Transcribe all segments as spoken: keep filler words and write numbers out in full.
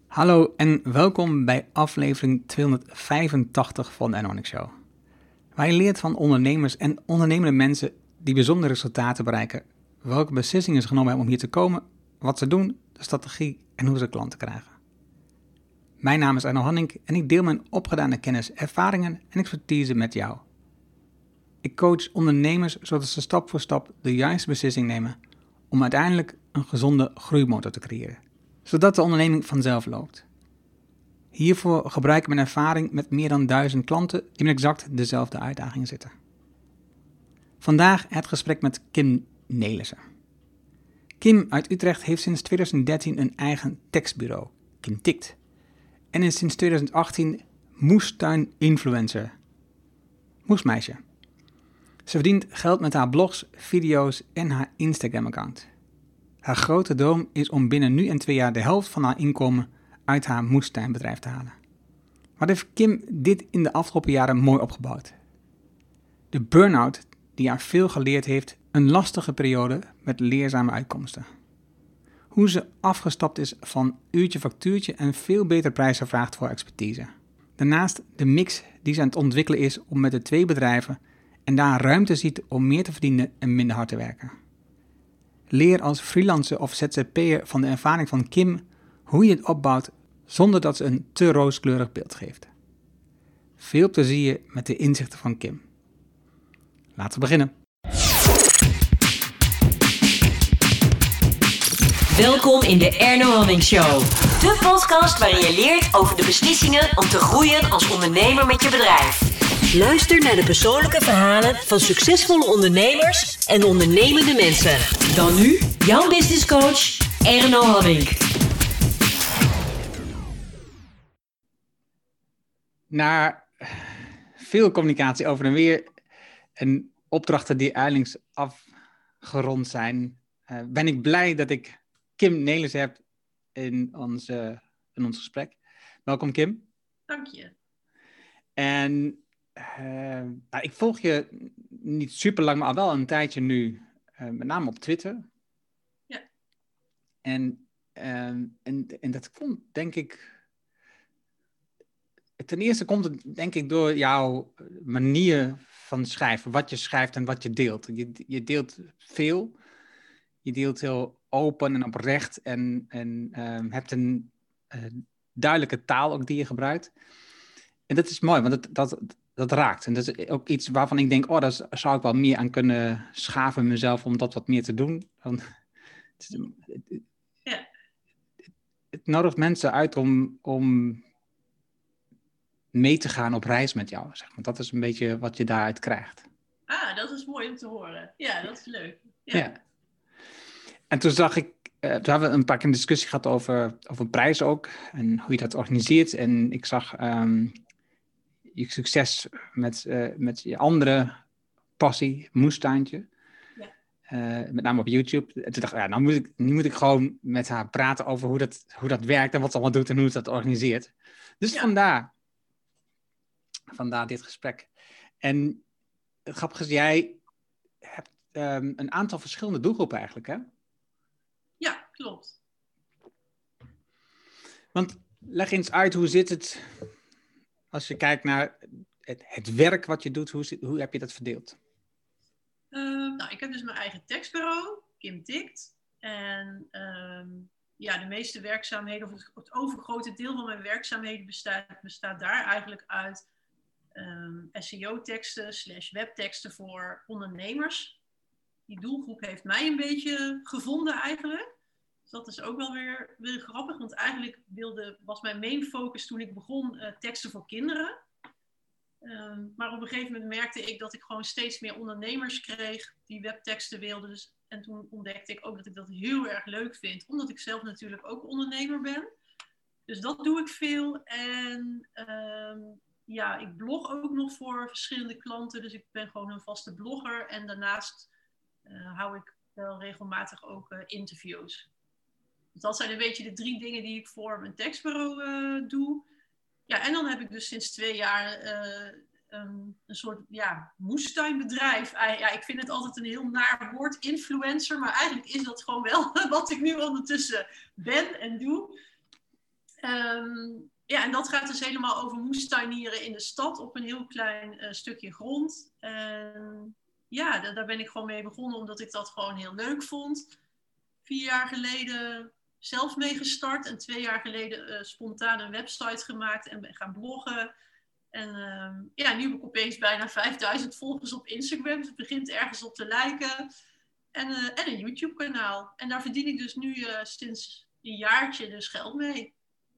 Hallo en welkom bij aflevering tweehonderdvijfentachtig van de Anonic Show. Waar je leert van ondernemers en ondernemende mensen die bijzondere resultaten bereiken, welke beslissingen ze genomen hebben om hier te komen, wat ze doen, de strategie en hoe ze klanten krijgen. Mijn naam is Arno Hanning en ik deel mijn opgedane kennis, ervaringen en expertise met jou. Ik coach ondernemers zodat ze stap voor stap de juiste beslissing nemen om uiteindelijk een gezonde groeimotor te creëren, zodat de onderneming vanzelf loopt. Hiervoor gebruik ik mijn ervaring met meer dan duizend klanten die met exact dezelfde uitdagingen zitten. Vandaag het gesprek met Kim Nelissen. Kim uit Utrecht heeft sinds twintig dertien een eigen tekstbureau, Kim Tikt. En is sinds twintig achttien moestuin-influencer. Moesmeisje. Ze verdient geld met haar blogs, video's en haar Instagram-account. Haar grote droom is om binnen nu en twee jaar de helft van haar inkomen uit haar moestuinbedrijf te halen. Maar heeft Kim dit in de afgelopen jaren mooi opgebouwd. De burn-out die haar veel geleerd heeft, een lastige periode met leerzame uitkomsten. Hoe ze afgestapt is van uurtje factuurtje en veel beter prijzen vraagt voor expertise. Daarnaast de mix die ze aan het ontwikkelen is om met de twee bedrijven en daar ruimte ziet om meer te verdienen en minder hard te werken. Leer als freelancer of Z Z P'er van de ervaring van Kim hoe je het opbouwt zonder dat ze een te rooskleurig beeld geeft. Veel plezier met de inzichten van Kim. Laten we beginnen. Welkom in de Erno Hanning Show. De podcast waarin je leert over de beslissingen om te groeien als ondernemer met je bedrijf. Luister naar de persoonlijke verhalen van succesvolle ondernemers en ondernemende mensen. Dan nu, jouw business coach, Erno Hanning. Na veel communicatie over en weer en opdrachten die eindelijk afgerond zijn, uh, ben ik blij dat ik Kim Nelissen heb in ons, uh, in ons gesprek. Welkom Kim. Dank je. En uh, nou, ik volg je niet super lang, maar al wel een tijdje nu, uh, met name op Twitter. Ja. En, uh, en, en dat komt denk ik... Ten eerste komt het denk ik door jouw manier van schrijven. Wat je schrijft en wat je deelt. Je, je deelt veel. Je deelt heel open en oprecht. En, en uh, hebt een uh, duidelijke taal ook die je gebruikt. En dat is mooi, want dat, dat, dat raakt. En dat is ook iets waarvan ik denk, oh, daar zou ik wel meer aan kunnen schaven mezelf om dat wat meer te doen. Want het, het, ja. het, het nodigt mensen uit om... om mee te gaan op reis met jou, zeg maar. Dat is een beetje wat je daaruit krijgt. Ah, dat is mooi om te horen. Ja, dat is leuk. Ja. ja. En toen zag ik, uh, toen hebben we een paar keer een discussie gehad over, over prijzen ook, en hoe je dat organiseert. En ik zag um, je succes met, uh, met je andere passie, moestuintje. Ja. Uh, met name op YouTube. En toen dacht ik, ja, nou moet ik, nu moet ik gewoon met haar praten over hoe dat, hoe dat werkt en wat ze allemaal doet en hoe ze dat organiseert. Dus ja. vandaar. Vandaar dit gesprek. En het grappige is, jij hebt um, een aantal verschillende doelgroepen eigenlijk, hè? Ja, klopt. Want leg eens uit, hoe zit het als je kijkt naar het, het werk wat je doet, hoe, zit, hoe heb je dat verdeeld? Uh, nou, ik heb dus mijn eigen tekstbureau, Kim Tikt. En um, ja, de meeste werkzaamheden, of het, het overgrote deel van mijn werkzaamheden bestaat, bestaat daar eigenlijk uit Um, S E O-teksten slash webteksten voor ondernemers. Die doelgroep heeft mij een beetje gevonden eigenlijk. Dus dat is ook wel weer, weer grappig, want eigenlijk wilde, was mijn main focus toen ik begon uh, teksten voor kinderen. Um, maar op een gegeven moment merkte ik dat ik gewoon steeds meer ondernemers kreeg die webteksten wilden. Dus, en toen ontdekte ik ook dat ik dat heel erg leuk vind, omdat ik zelf natuurlijk ook ondernemer ben. Dus dat doe ik veel. En um, ja, ik blog ook nog voor verschillende klanten. Dus ik ben gewoon een vaste blogger. En daarnaast uh, hou ik wel regelmatig ook uh, interviews. Dus dat zijn een beetje de drie dingen die ik voor mijn tekstbureau uh, doe. Ja, en dan heb ik dus sinds twee jaar uh, um, een soort ja, moestuinbedrijf. Uh, ja, ik vind het altijd een heel naar woord, influencer. Maar eigenlijk is dat gewoon wel wat ik nu ondertussen ben en doe. Um, ja, en dat gaat dus helemaal over moestuinieren in de stad op een heel klein uh, stukje grond. En ja, d- daar ben ik gewoon mee begonnen omdat ik dat gewoon heel leuk vond. Vier jaar geleden zelf mee gestart en twee jaar geleden uh, spontaan een website gemaakt en ben gaan bloggen. En uh, ja, nu heb ik opeens bijna vijfduizend volgers op Instagram. Dus het begint ergens op te lijken. En, uh, en een YouTube kanaal. En daar verdien ik dus nu uh, sinds een jaartje dus geld mee.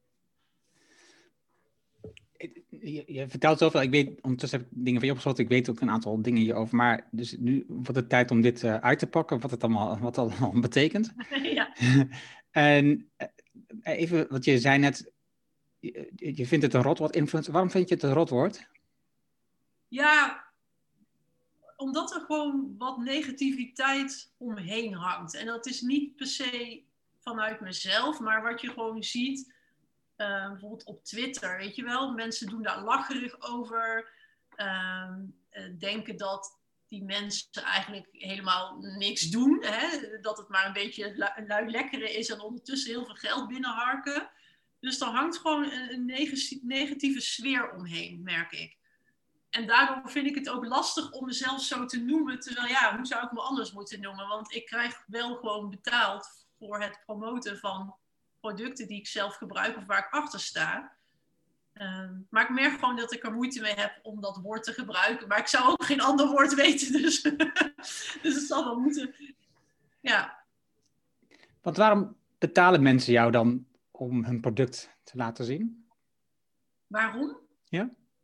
Je, je vertelt zoveel. Ik weet, ondertussen heb ik dingen van je opgesloten. Ik weet ook een aantal dingen hierover. Maar dus nu wordt het tijd om dit uh, uit te pakken. Wat het allemaal, wat het allemaal betekent. Ja. En uh, even, wat je zei net. Je, je vindt het een rotwoord, influencer. Waarom vind je het een rotwoord? Ja, omdat er gewoon wat negativiteit omheen hangt. En dat is niet per se vanuit mezelf. Maar wat je gewoon ziet... Uh, bijvoorbeeld op Twitter, weet je wel. Mensen doen daar lacherig over. Uh, uh, denken dat die mensen eigenlijk helemaal niks doen. Hè? Dat het maar een beetje lu- lui lekkere is en ondertussen heel veel geld binnenharken. Dus er hangt gewoon een, een neg- negatieve sfeer omheen, merk ik. En daardoor vind ik het ook lastig om mezelf zo te noemen. Terwijl ja, hoe zou ik me anders moeten noemen? Want ik krijg wel gewoon betaald voor het promoten van producten die ik zelf gebruik of waar ik achter sta. Um, maar ik merk gewoon dat ik er moeite mee heb om dat woord te gebruiken. Maar ik zou ook geen ander woord weten. Dus, dus het zal wel moeten. Ja. Want waarom betalen mensen jou dan om hun product te laten zien? Waarom? Ja?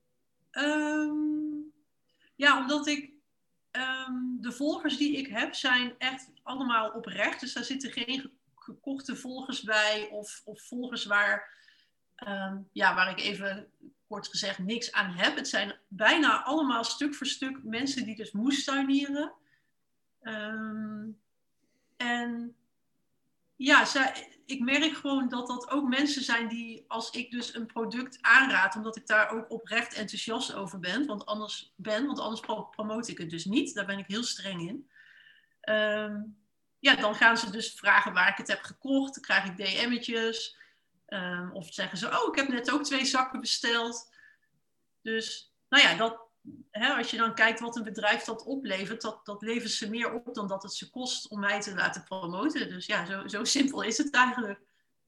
Um, ja, omdat ik... Um, de volgers die ik heb zijn echt allemaal oprecht. Dus daar zitten geen gekochte volgers bij of, of volgers waar, um, ja, waar ik even kort gezegd niks aan heb. Het zijn bijna allemaal stuk voor stuk mensen die dus moestuinieren. Um, en ja, zij, ik merk gewoon dat dat ook mensen zijn die, als ik dus een product aanraad, omdat ik daar ook oprecht enthousiast over ben, want anders, ben, want anders pro- promote ik het dus niet. Daar ben ik heel streng in. Um, Ja, dan gaan ze dus vragen waar ik het heb gekocht. Dan krijg ik D M'tjes. Um, of zeggen ze, oh, ik heb net ook twee zakken besteld. Dus, nou ja, dat, hè, als je dan kijkt wat een bedrijf dat oplevert, dat, dat levert ze meer op dan dat het ze kost om mij te laten promoten. Dus ja, zo, zo simpel is het eigenlijk.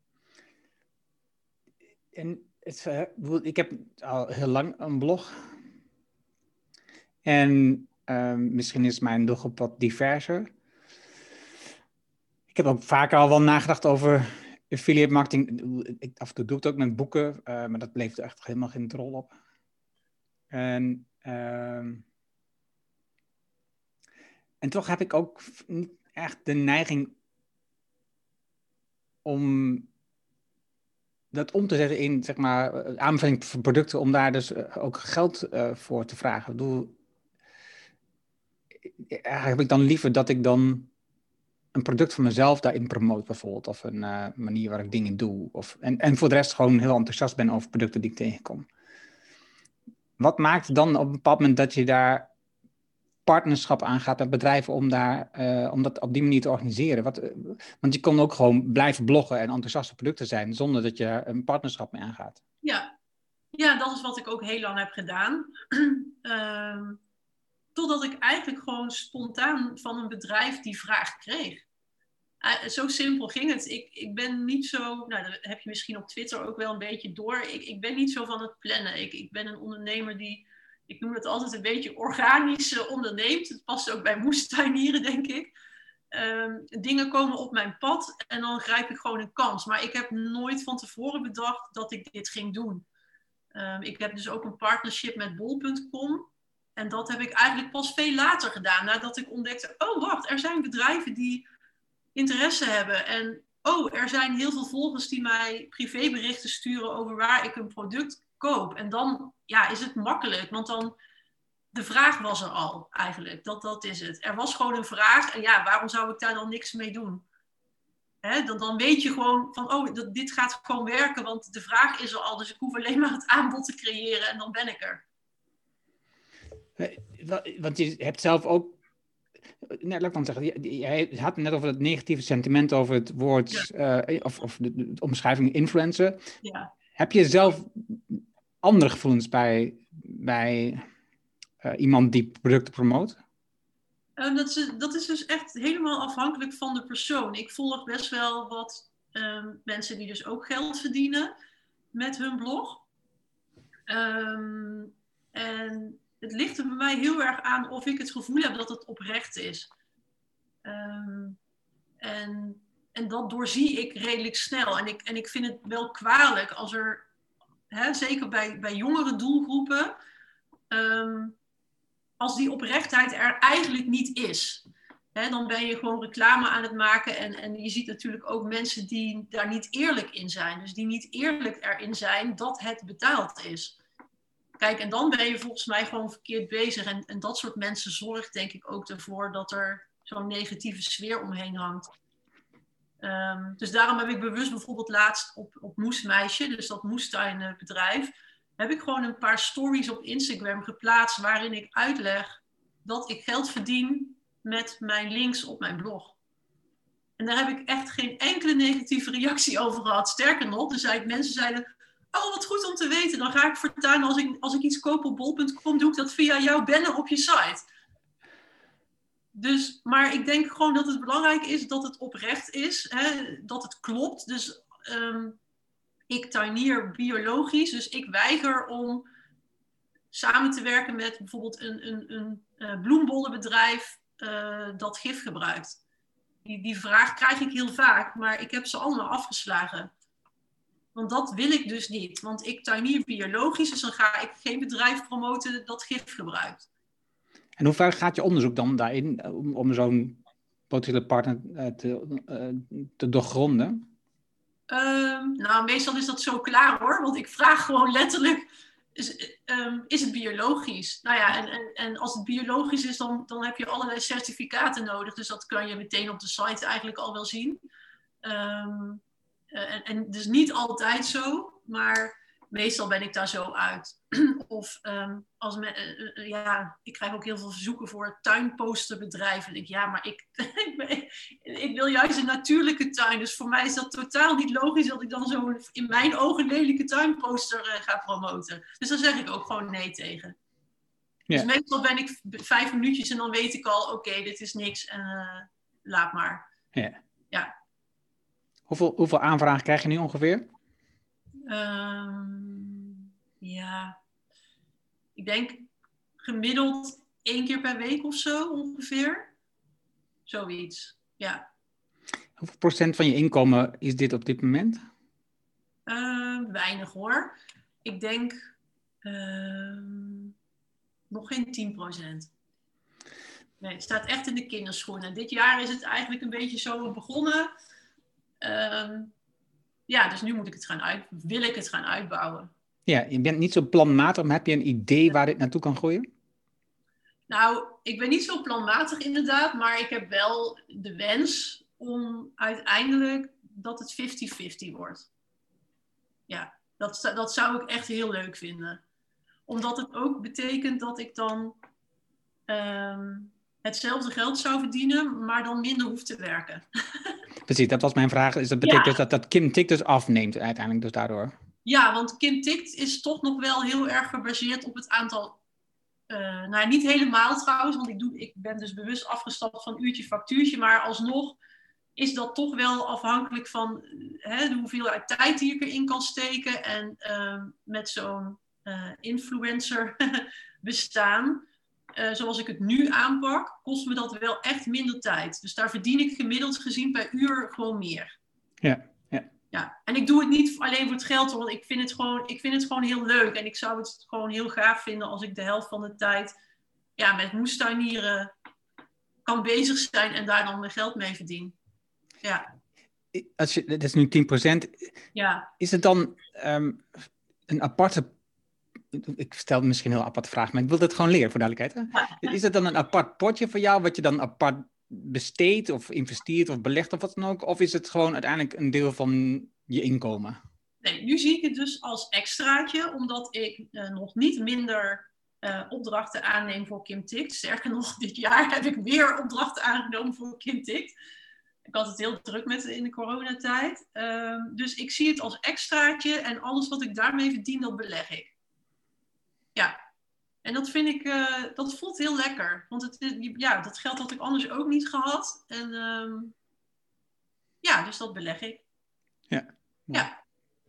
En het, uh, ik heb al heel lang een blog. En uh, misschien is mijn doelgroep wat diverser. Ik heb ook vaker al wel nagedacht over affiliate marketing. Ik, af en toe doe ik het ook met boeken, uh, maar dat levert echt helemaal geen rol op. En, uh, en toch heb ik ook niet echt de neiging om dat om te zetten in, zeg maar, aanbeveling van producten, om daar dus ook geld uh, voor te vragen. Ik bedoel, eigenlijk heb ik dan liever dat ik dan een product van mezelf daarin promoot bijvoorbeeld, of een uh, manier waar ik dingen doe. Of, en, en voor de rest gewoon heel enthousiast ben over producten die ik tegenkom. Wat maakt dan op een bepaald moment dat je daar partnerschap aangaat met bedrijven om, daar, uh, om dat op die manier te organiseren? Wat, uh, want je kon ook gewoon blijven bloggen en enthousiaste producten zijn, zonder dat je een partnerschap mee aangaat. Ja, ja, dat is wat ik ook heel lang heb gedaan. um, totdat ik eigenlijk gewoon spontaan van een bedrijf die vraag kreeg. Uh, zo simpel ging het. Ik, ik ben niet zo, nou dat heb je misschien op Twitter ook wel een beetje door. Ik, ik ben niet zo van het plannen. Ik, ik ben een ondernemer die, ik noem het altijd een beetje organisch uh, onderneemt. Het past ook bij moestuinieren, denk ik. Um, dingen komen op mijn pad en dan grijp ik gewoon een kans. Maar ik heb nooit van tevoren bedacht dat ik dit ging doen. Um, ik heb dus ook een partnership met bol punt com. En dat heb ik eigenlijk pas veel later gedaan. Nadat ik ontdekte, oh wacht, er zijn bedrijven die interesse hebben. En oh, er zijn heel veel volgers die mij privéberichten sturen over waar ik een product koop. En dan ja, is het makkelijk, want dan de vraag was er al eigenlijk. Dat, dat is het. Er was gewoon een vraag en ja, waarom zou ik daar dan niks mee doen? Hè, dan, dan weet je gewoon van, oh, dat, dit gaat gewoon werken, want de vraag is er al. Dus ik hoef alleen maar het aanbod te creëren en dan ben ik er. Want je hebt zelf ook net, laat ik dan zeggen, jij had het net over het negatieve sentiment over het woord, Ja. uh, of, of de, de omschrijving influencer. Ja. Heb je zelf andere gevoelens bij, bij uh, iemand die producten promoot? Uh, dat, is, dat is dus echt helemaal afhankelijk van de persoon. Ik volg best wel wat um, mensen die dus ook geld verdienen met hun blog. Um, en het ligt er bij mij heel erg aan of ik het gevoel heb dat het oprecht is. Um, en, en dat doorzie ik redelijk snel. En ik, en ik vind het wel kwalijk als er, hè, zeker bij, bij jongere doelgroepen, um, als die oprechtheid er eigenlijk niet is. Hè, dan ben je gewoon reclame aan het maken. En, en je ziet natuurlijk ook mensen die daar niet eerlijk in zijn. Dus die niet eerlijk erin zijn dat het betaald is. Kijk, en dan ben je volgens mij gewoon verkeerd bezig. En, en dat soort mensen zorgt denk ik ook ervoor dat er zo'n negatieve sfeer omheen hangt. Um, dus daarom heb ik bewust bijvoorbeeld laatst op, op Moesmeisje, dus dat moestuinbedrijf, heb ik gewoon een paar stories op Instagram geplaatst waarin ik uitleg dat ik geld verdien met mijn links op mijn blog. En daar heb ik echt geen enkele negatieve reactie over gehad. Sterker nog, dus zei, mensen zeiden, oh wat goed om te weten, dan ga ik voortaan als ik, als ik iets koop op bol punt com, doe ik dat via jouw banner op je site. Dus, maar ik denk gewoon dat het belangrijk is dat het oprecht is, hè, dat het klopt. Dus um, ik tuinier biologisch, dus ik weiger om samen te werken met bijvoorbeeld een, een, een uh, bloembollenbedrijf uh, dat gif gebruikt. Die, die vraag krijg ik heel vaak, maar ik heb ze allemaal afgeslagen. Want dat wil ik dus niet. Want ik tuinier biologisch, dus dan ga ik geen bedrijf promoten dat gif gebruikt. En hoe ver gaat je onderzoek dan daarin om, om zo'n potentiële partner uh, te, uh, te doorgronden? Um, nou, meestal is dat zo klaar hoor. Want ik vraag gewoon letterlijk, is, um, is het biologisch? Nou ja, en, en, en als het biologisch is, dan, dan heb je allerlei certificaten nodig. Dus dat kan je meteen op de site eigenlijk al wel zien. Um, uh, en, en dus niet altijd zo, maar meestal ben ik daar zo uit. Of um, als me, uh, uh, ja, ik krijg ook heel veel verzoeken voor tuinposterbedrijven. En ik ja, maar ik, ik, ben, ik wil juist een natuurlijke tuin. Dus voor mij is dat totaal niet logisch dat ik dan zo'n in mijn ogen lelijke tuinposter uh, ga promoten. Dus daar zeg ik ook gewoon nee tegen. Ja. Dus meestal ben ik vijf minuutjes en dan weet ik al, oké, okay, dit is niks en uh, laat maar. Ja. Ja. Hoeveel, hoeveel aanvragen krijg je nu ongeveer? Um, ja, ik denk gemiddeld één keer per week of zo ongeveer. Zoiets, ja. Hoeveel procent van je inkomen is dit op dit moment? Uh, weinig hoor. Ik denk uh, nog geen tien procent. Nee, het staat echt in de kinderschoenen. Dit jaar is het eigenlijk een beetje zo begonnen. Uh, ja, dus nu moet ik het gaan uit, wil ik het gaan uitbouwen. Ja, je bent niet zo planmatig, maar heb je een idee waar dit naartoe kan groeien? Nou, ik ben niet zo planmatig inderdaad, maar ik heb wel de wens om uiteindelijk dat het vijftig vijftig wordt. Ja, dat, dat zou ik echt heel leuk vinden. Omdat het ook betekent dat ik dan um, hetzelfde geld zou verdienen, maar dan minder hoef te werken. Precies, dat was mijn vraag. Dus dat betekent ja. dus dat, dat Kim Tikt dus afneemt uiteindelijk dus daardoor. Ja, want Kim Tikt is toch nog wel heel erg gebaseerd op het aantal... Uh, nou, niet helemaal trouwens, want ik, doe, ik ben dus bewust afgestapt van uurtje factuurtje, maar alsnog is dat toch wel afhankelijk van hè, de hoeveelheid tijd die ik erin kan steken. En uh, met zo'n uh, influencer bestaan, uh, zoals ik het nu aanpak, kost me dat wel echt minder tijd. Dus daar verdien ik gemiddeld gezien per uur gewoon meer. Ja, ja. Ja, en ik doe het niet alleen voor het geld, want ik vind het gewoon, ik vind het gewoon heel leuk. En ik zou het gewoon heel gaaf vinden als ik de helft van de tijd ja, met moestuinieren kan bezig zijn en daar dan mijn geld mee verdien. Ja. Als je, dat is nu tien procent. Ja. Is het dan um, een aparte... Ik stel misschien een heel aparte vraag, maar ik wil het gewoon leren voor duidelijkheid. Hè? Ja. Is het dan een apart potje voor jou, wat je dan apart besteedt of investeert of belegt of wat dan ook? Of is het gewoon uiteindelijk een deel van je inkomen? Nee, nu zie ik het dus als extraatje, omdat ik uh, nog niet minder uh, opdrachten aanneem voor Kim Tikt. Sterker nog, dit jaar heb ik weer opdrachten aangenomen voor Kim Tikt. Ik had het heel druk met in de coronatijd. Uh, dus ik zie het als extraatje en alles wat ik daarmee verdien, dat beleg ik. Ja. En dat vind ik, uh, dat voelt heel lekker. Want het, ja, dat geld had ik anders ook niet gehad. En um, ja, dus dat beleg ik. Ja. Ja.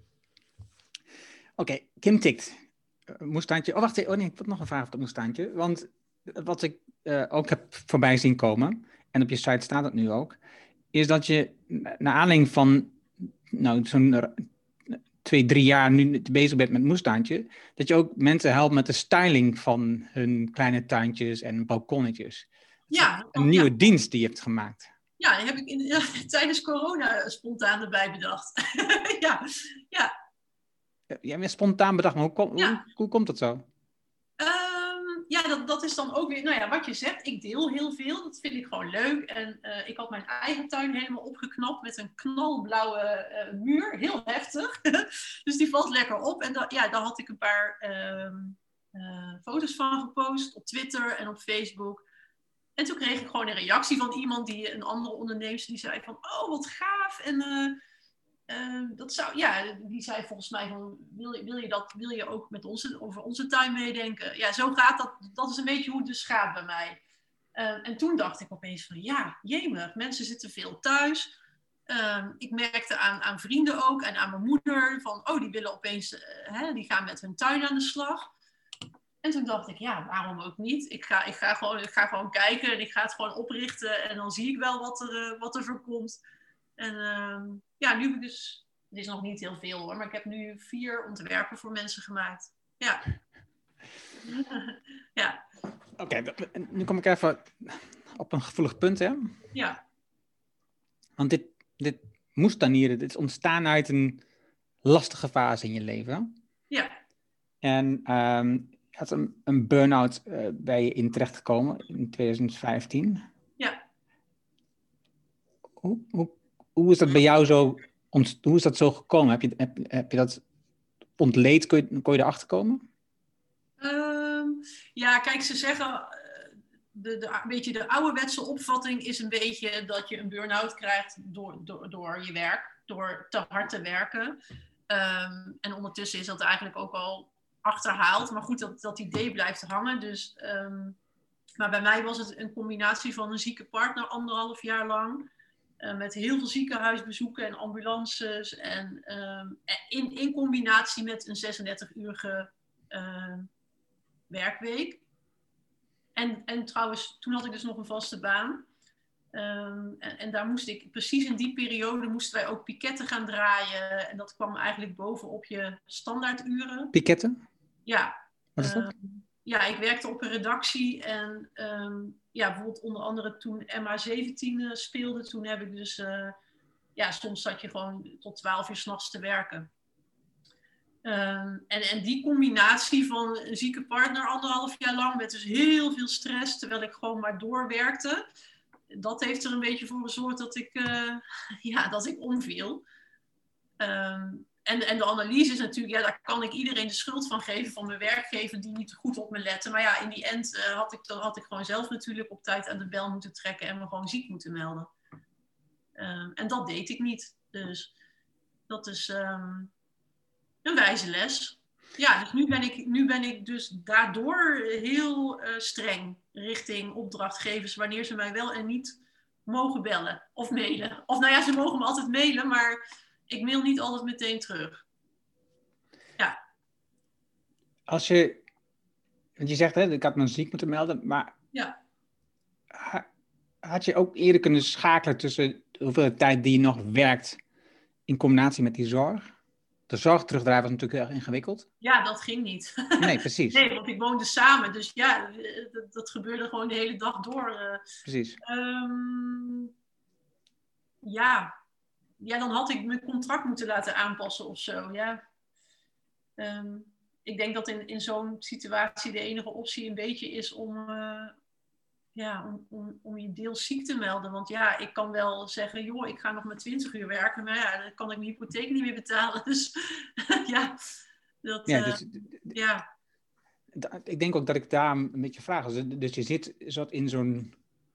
Oké, okay, Kim Tikt. Uh, moestuintje. Oh, wacht. Oh nee, ik heb nog een vraag op dat moestuintje. Want wat ik uh, ook heb voorbij zien komen, en op je site staat het nu ook, is dat je naar aanleiding van nou, zo'n twee, drie jaar nu bezig bent met moestuintje, dat je ook mensen helpt met de styling van hun kleine tuintjes en balkonnetjes. Ja. Een oh, nieuwe ja. dienst die je hebt gemaakt. Ja, die heb ik in, ja, tijdens corona spontaan erbij bedacht. ja, ja. Ja, meer spontaan bedacht, maar hoe, kom, ja. hoe, hoe komt dat zo? Um, ja, dat, dat is dan ook weer, nou ja, wat je zegt, ik deel heel veel. Dat vind ik gewoon leuk. En uh, ik had mijn eigen tuin helemaal opgeknapt met een knalblauwe uh, muur. Heel heftig. Dus die valt lekker op. En da, ja, daar had ik een paar um, uh, foto's van gepost op Twitter en op Facebook. En toen kreeg ik gewoon een reactie van iemand, die een andere ondernemer, die zei van, oh, wat gaaf. En uh, uh, dat zou, ja, die zei volgens mij van, wil je, wil je dat, wil je ook met onze, over onze tuin meedenken? Ja, zo gaat dat, dat is een beetje hoe het dus gaat bij mij. Uh, en toen dacht ik opeens van, ja, jemig, mensen zitten veel thuis. Uh, ik merkte aan, aan vrienden ook en aan mijn moeder van, oh, die willen opeens, uh, hè, die gaan met hun tuin aan de slag. En toen dacht ik, ja, waarom ook niet? Ik ga, ik ga, gewoon, ik ga gewoon kijken en ik ga het gewoon oprichten. En dan zie ik wel wat er, uh, wat er voor komt. En uh, ja, nu heb ik dus... Het is nog niet heel veel hoor, maar ik heb nu vier ontwerpen voor mensen gemaakt. Ja. ja. Oké, okay, nu kom ik even op een gevoelig punt, hè? Ja. Want dit, dit moestanieren, dit is ontstaan uit een lastige fase in je leven. Ja. En... Um, had een, een burn-out uh, bij je in terechtgekomen in twintig vijftien. Ja. Hoe, hoe, hoe is dat bij jou zo, ont, hoe is dat zo gekomen? Heb je, heb, heb je dat ontleed? Kon je, kon je erachter komen? Um, ja, kijk, ze zeggen, de, de, een beetje de ouderwetse opvatting is een beetje dat je een burn-out krijgt door, door, door je werk, door te hard te werken. Um, en ondertussen is dat eigenlijk ook al achterhaald. Maar goed, dat, dat idee blijft hangen. Dus, um, maar bij mij was het een combinatie van een zieke partner anderhalf jaar lang. Uh, met heel veel ziekenhuisbezoeken en ambulances. En um, in, in combinatie met een zesendertig-urige uh, werkweek. En, en trouwens, toen had ik dus nog een vaste baan. Um, en, en daar moest ik, precies in die periode, moesten wij ook piketten gaan draaien. En dat kwam eigenlijk bovenop je standaarduren. Piketten? Ja. Wat is dat? Um, ja, ik werkte op een redactie. En um, ja, bijvoorbeeld onder andere toen M H zeventien uh, speelde. Toen heb ik dus, uh, ja, soms zat je gewoon tot twaalf uur 's nachts te werken. Um, en, en die combinatie van een zieke partner anderhalf jaar lang met dus heel veel stress, terwijl ik gewoon maar doorwerkte. Dat heeft er een beetje voor gezorgd dat ik, uh, ja, dat ik omviel. Um, en, en de analyse is natuurlijk, ja, daar kan ik iedereen de schuld van geven, van mijn werkgever die niet goed op me lette. Maar ja, in die end uh, had, ik, had ik gewoon zelf natuurlijk op tijd aan de bel moeten trekken en me gewoon ziek moeten melden. Um, en dat deed ik niet. Dus dat is um, een wijze les. Ja, dus nu ben ik, nu ben ik dus daardoor heel uh, streng richting opdrachtgevers wanneer ze mij wel en niet mogen bellen of mailen. Of nou ja, ze mogen me altijd mailen, maar ik mail niet altijd meteen terug. Ja. Als je, want je zegt, hè, ik had me ziek moeten melden, maar ja. had je ook eerder kunnen schakelen tussen hoeveel tijd die je nog werkt in combinatie met die zorg? De zorg terugdraaien was natuurlijk heel erg ingewikkeld. Ja, dat ging niet. Nee, precies. Nee, want ik woonde samen. Dus ja, dat, dat gebeurde gewoon de hele dag door. Uh, precies. Um, ja. ja, dan had ik mijn contract moeten laten aanpassen of zo. Ja. Um, ik denk dat in, in zo'n situatie de enige optie een beetje is om... Uh, Ja, om, om, om je deels ziek te melden. Want ja, ik kan wel zeggen, joh, ik ga nog maar twintig uur werken. Maar ja, dan kan ik mijn hypotheek niet meer betalen. Dus ja, dat... Ja, uh, dus, ja. ik denk ook dat ik daar een beetje vraag. Dus, dus je zit zat in zo'n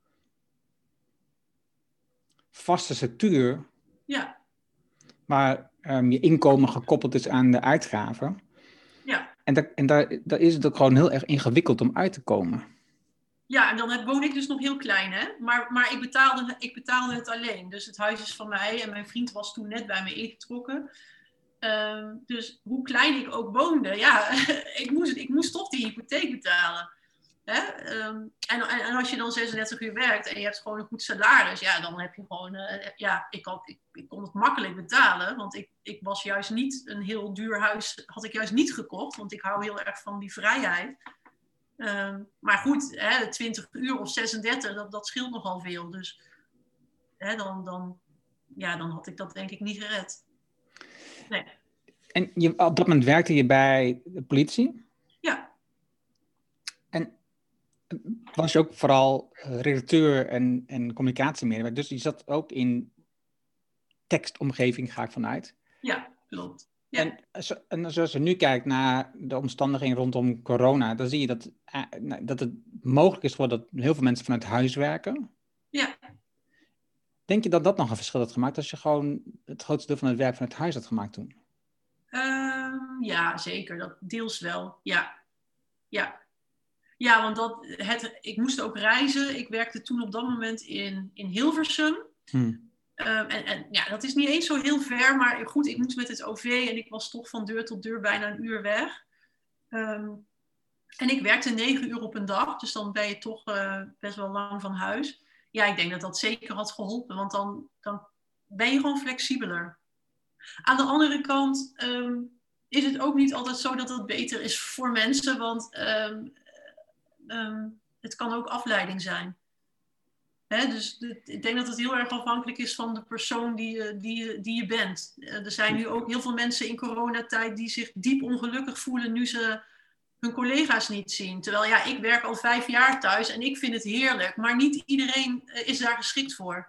vaste structuur, Ja. waar um, je inkomen gekoppeld is aan de uitgaven. Ja. En, da- en daar, daar is het ook gewoon heel erg ingewikkeld om uit te komen. Ja, en dan heb, woon ik dus nog heel klein, hè. Maar, maar ik, betaalde, ik betaalde het alleen. Dus het huis is van mij en mijn vriend was toen net bij me ingetrokken. Uh, dus hoe klein ik ook woonde, ja, ik moest, ik moest toch die hypotheek betalen. Hè? Um, en, en, en als je dan zesendertig uur werkt en je hebt gewoon een goed salaris, ja, dan heb je gewoon, uh, ja, ik, had, ik, ik kon het makkelijk betalen, want ik, ik was juist niet een heel duur huis, had ik juist niet gekocht, want ik hou heel erg van die vrijheid. Um, maar goed, hè, twintig uur of zesendertig, dat, dat scheelt nogal veel. Dus hè, dan, dan, ja, dan had ik dat denk ik niet gered. Nee. En je, op dat moment werkte je bij de politie? Ja. En was je ook vooral redacteur en, en communicatiemedewerker? Dus je zat ook in tekstomgeving, ga ik vanuit. Ja, klopt. Ja. En, en zoals je nu kijkt naar de omstandigheden rondom corona, dan zie je dat, dat het mogelijk is geworden dat heel veel mensen vanuit huis werken. Ja. Denk je dat dat nog een verschil had gemaakt als je gewoon het grootste deel van het werk vanuit huis had gemaakt toen? Um, ja, zeker. Dat deels wel. Ja. Ja. Ja, want dat, het, ik moest ook reizen. Ik werkte toen op dat moment in, in Hilversum. Hmm. Um, en, en ja, dat is niet eens zo heel ver, maar goed, ik moest met het O V en ik was toch van deur tot deur bijna een uur weg. Um, en ik werkte negen uur op een dag, dus dan ben je toch uh, best wel lang van huis. Ja, ik denk dat dat zeker had geholpen, want dan, dan ben je gewoon flexibeler. Aan de andere kant um, is het ook niet altijd zo dat het beter is voor mensen, want um, um, het kan ook afleiding zijn. Hè, dus de, ik denk dat het heel erg afhankelijk is van de persoon die, die, die je bent. Er zijn nu ook heel veel mensen in coronatijd die zich diep ongelukkig voelen nu ze hun collega's niet zien. Terwijl ja, ik werk al vijf jaar thuis en ik vind het heerlijk. Maar niet iedereen is daar geschikt voor.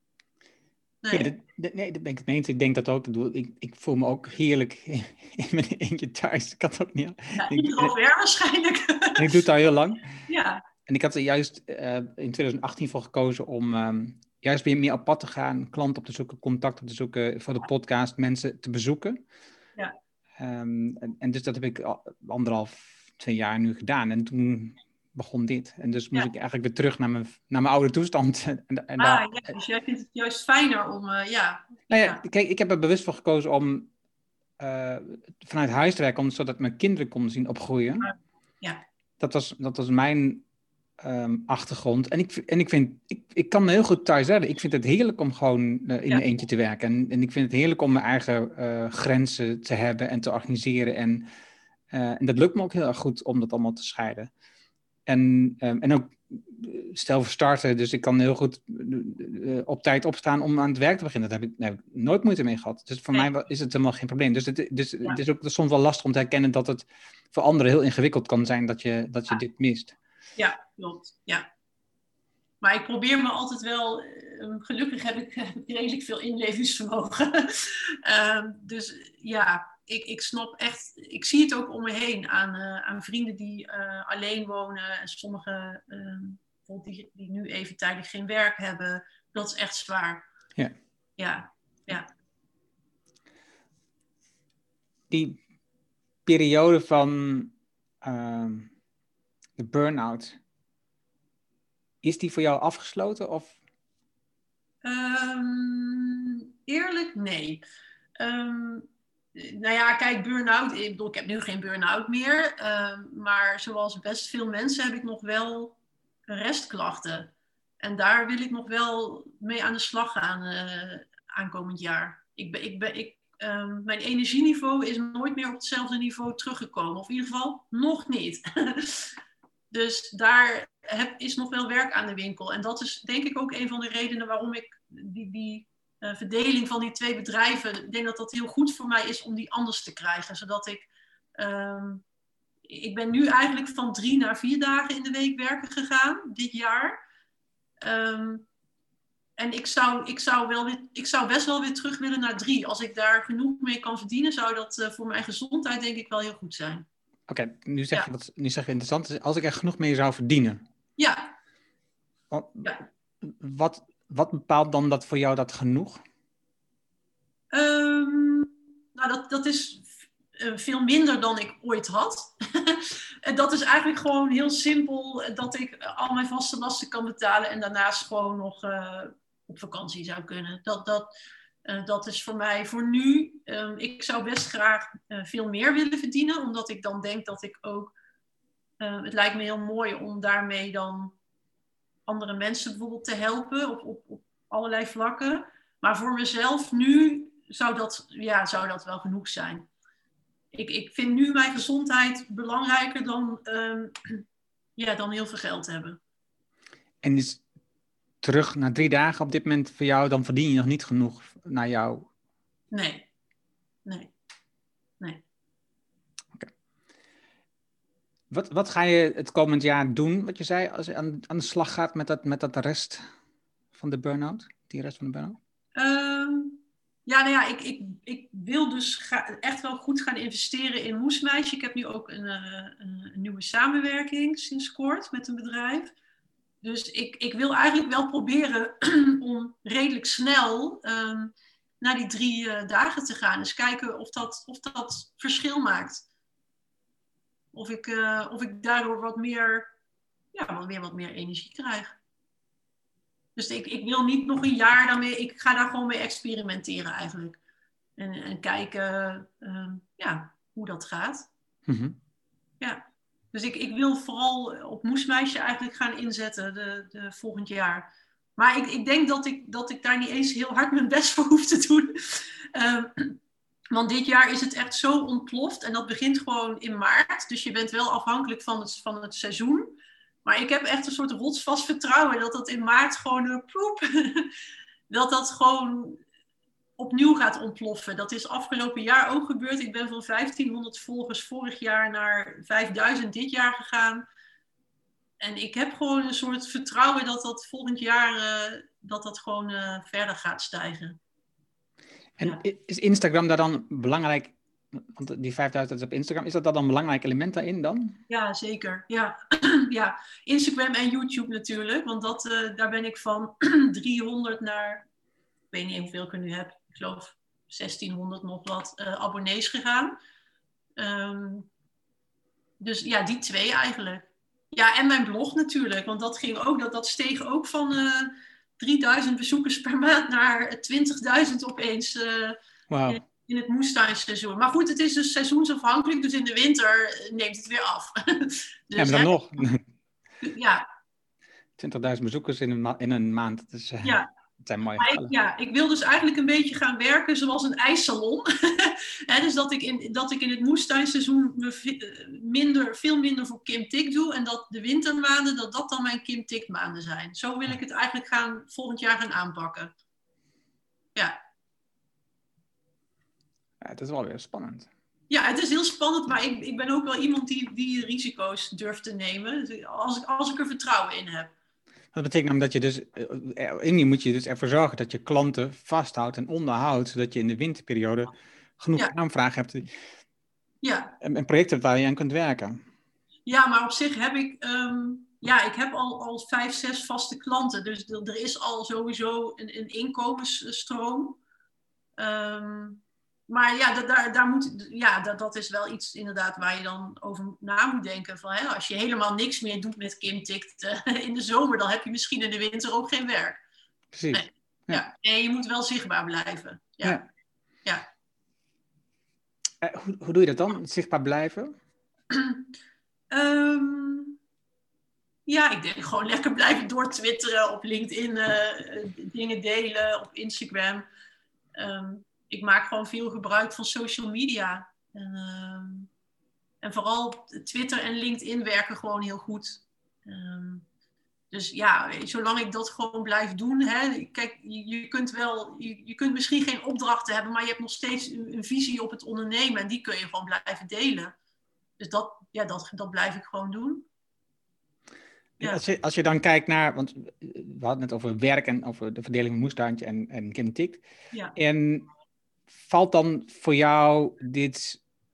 Nee, ja, dat, dat, nee, dat ben ik het mee eens. Ik denk dat ook. Ik, ik voel me ook heerlijk in mijn eentje thuis. Ik had ook niet. Ja, introvert waarschijnlijk. En ik doe het al heel lang. Ja. En ik had er juist uh, in twintig achttien voor gekozen om um, juist weer meer op pad te gaan, klanten op te zoeken, contact op te zoeken voor de podcast, mensen te bezoeken. Ja. Um, en, en dus dat heb ik al, anderhalf, twee jaar nu gedaan. En toen begon dit. En dus moest ja. ik eigenlijk weer terug naar mijn, naar mijn oude toestand. En, en ah, daar, ja, dus jij vindt het juist fijner om, uh, ja. Nou ja, kijk, ik heb er bewust voor gekozen om uh, vanuit huis te werken, zodat mijn kinderen konden zien opgroeien. Ja. Dat was, dat was mijn um, achtergrond. En, ik, en ik vind, ik, ik kan me heel goed thuis redden. Ik vind het heerlijk om gewoon uh, in ja. mijn eentje te werken. En, en ik vind het heerlijk om mijn eigen uh, grenzen te hebben en te organiseren. En, uh, en dat lukt me ook heel erg goed om dat allemaal te scheiden. En, um, en ook stel voor starten, dus ik kan heel goed uh, op tijd opstaan om aan het werk te beginnen. Daar heb ik, daar heb ik nooit moeite mee gehad. Dus voor nee. mij is het helemaal geen probleem. Dus het, dus, ja. het is ook soms wel lastig om te herkennen dat het voor anderen heel ingewikkeld kan zijn dat je, dat je ja. dit mist. Ja, klopt. Ja. Maar ik probeer me altijd wel, uh, gelukkig heb ik uh, redelijk veel inlevingsvermogen. uh, dus ja, ik, ik snap echt, ik zie het ook om me heen aan, uh, aan vrienden die uh, alleen wonen en sommigen uh, bijvoorbeeld die, die nu even tijdelijk geen werk hebben. Dat is echt zwaar. Ja. Ja, ja. Die periode van uh, de burn-out, is die voor jou afgesloten? Of? Um, eerlijk, nee. Um, nou ja, kijk, burn-out, ik bedoel, ik heb nu geen burn-out meer. Um, maar zoals best veel mensen heb ik nog wel restklachten. En daar wil ik nog wel mee aan de slag gaan uh, aankomend jaar. Ik ben, ik ben, ik, um, mijn energieniveau is nooit meer op hetzelfde niveau teruggekomen. Of in ieder geval nog niet. Dus daar heb, is nog wel werk aan de winkel. En dat is denk ik ook een van de redenen waarom ik die, die uh, verdeling van die twee bedrijven, ik denk dat dat heel goed voor mij is om die anders te krijgen. Zodat ik, um, ik ben nu eigenlijk van drie naar vier dagen in de week werken gegaan, dit jaar. Um, en ik zou, ik, zou wel weer, ik zou best wel weer terug willen naar drie. Als ik daar genoeg mee kan verdienen, zou dat uh, voor mijn gezondheid denk ik wel heel goed zijn. okay, nu, zeg Ja. je wat, nu zeg je interessant, is als ik er genoeg mee zou verdienen. Ja. Wat, Ja. wat, wat bepaalt dan dat voor jou dat genoeg? Um, nou, dat, dat is uh, veel minder dan ik ooit had. En dat is eigenlijk gewoon heel simpel, dat ik al mijn vaste lasten kan betalen en daarnaast gewoon nog uh, op vakantie zou kunnen. Dat, dat, uh, dat is voor mij voor nu. Um, ik zou best graag uh, veel meer willen verdienen, omdat ik dan denk dat ik ook... Uh, het lijkt me heel mooi om daarmee dan andere mensen bijvoorbeeld te helpen op, op, op allerlei vlakken. Maar voor mezelf nu zou dat, ja, zou dat wel genoeg zijn. Ik, ik vind nu mijn gezondheid belangrijker dan, um, ja, dan heel veel geld hebben. En is terug naar drie dagen op dit moment voor jou, dan verdien je nog niet genoeg naar jou? Nee. Nee. Nee. Oké. Okay. Wat, wat ga je het komend jaar doen, wat je zei, als je aan, aan de slag gaat met dat, met dat rest van de burn-out? Die rest van de burn-out? Um, ja, nou ja, ik, ik, ik wil dus ga, echt wel goed gaan investeren in Moesmeisje. Ik heb nu ook een, uh, een, een nieuwe samenwerking sinds kort met een bedrijf. Dus ik, ik wil eigenlijk wel proberen om redelijk snel um, naar die drie uh, dagen te gaan. Dus kijken of dat, of dat verschil maakt. Of ik, uh, of ik daardoor wat meer, ja, wat meer, wat meer energie krijg. Dus ik, ik wil niet nog een jaar daarmee, ik ga daar gewoon mee experimenteren eigenlijk. En, en kijken uh, ja, hoe dat gaat. Mm-hmm. Ja. Dus ik, ik wil vooral op Moesmeisje eigenlijk gaan inzetten de, de volgend jaar. Maar ik, ik denk dat ik, dat ik daar niet eens heel hard mijn best voor hoef te doen. Uh, want dit jaar is het echt zo ontploft. En dat begint gewoon in maart. Dus je bent wel afhankelijk van het, van het seizoen. Maar ik heb echt een soort rotsvast vertrouwen dat dat in maart gewoon uh, ploep, dat dat gewoon opnieuw gaat ontploffen. Dat is afgelopen jaar ook gebeurd. Ik ben van vijftienhonderd volgers vorig jaar naar vijfduizend dit jaar gegaan. En ik heb gewoon een soort vertrouwen dat dat volgend jaar uh, dat dat gewoon uh, verder gaat stijgen. En ja. Is Instagram daar dan belangrijk? Want die vijfduizend is op Instagram. Is dat dan een belangrijk element daarin dan? Ja, zeker. Ja. ja. Instagram en YouTube natuurlijk. Want dat, uh, daar ben ik van driehonderd naar... Ik weet niet hoeveel ik er nu heb. Ik geloof zestienhonderd nog wat uh, abonnees gegaan. Um, dus ja, die twee eigenlijk. Ja, en mijn blog natuurlijk. Want dat ging ook, dat, dat steeg ook van uh, drieduizend bezoekers per maand naar twintigduizend opeens. Uh, Wauw. In, in het moestuinseizoen. Maar goed, het is dus seizoensafhankelijk. Dus in de winter neemt het weer af. dus, ja, maar dan hè, nog. Ja. twintigduizend bezoekers in een, ma- in een maand. Dat is, uh, Ja. Dat zijn mooie Maar getallen. ik, ja, ik wil dus eigenlijk een beetje gaan werken zoals een ijssalon. He, dus dat ik, in, dat ik in het moestuinseizoen me minder, veel minder voor Kim Tik doe. En dat de wintermaanden, dat dat dan mijn Kim Tik maanden zijn. Zo wil ik het eigenlijk gaan, volgend jaar gaan aanpakken. Ja. Ja, het is wel weer spannend. Ja, het is heel spannend, maar ik, ik ben ook wel iemand die, die risico's durft te nemen. Dus als, ik, als ik er vertrouwen in heb. Dat betekent namelijk dat je dus, in die moet je dus ervoor zorgen dat je klanten vasthoudt en onderhoudt, zodat je in de winterperiode genoeg ja. aanvraag hebt ja. en, en projecten waar je aan kunt werken. Ja, maar op zich heb ik, um, ja, ik heb al, al vijf, zes vaste klanten, dus er, er is al sowieso een, een inkomensstroom. Um, maar ja, dat, daar, daar moet, ja dat, dat is wel iets inderdaad waar je dan over na moet denken. Van, hè, als je helemaal niks meer doet met Kim Tik uh, in de zomer, dan heb je misschien in de winter ook geen werk. Precies. Nee, ja. Ja. Nee, je moet wel zichtbaar blijven. Ja. ja. ja. Uh, hoe, hoe doe je dat dan, zichtbaar blijven? um, ja, ik denk gewoon lekker blijven doortwitteren, op LinkedIn uh, dingen delen, op Instagram. Um, Ik maak gewoon veel gebruik van social media. En, uh, en vooral Twitter en LinkedIn werken gewoon heel goed. Um, dus ja, zolang ik dat gewoon blijf doen. Hè, kijk, je, je kunt wel, je, je kunt misschien geen opdrachten hebben, maar je hebt nog steeds een, een visie op het ondernemen. En die kun je gewoon blijven delen. Dus dat, ja, dat, dat blijf ik gewoon doen. Ja. Als, je, als je dan kijkt naar, want we hadden het over werk en over de verdeling van Moestuintje en, en Kim Tik. Ja. En valt dan voor jou dit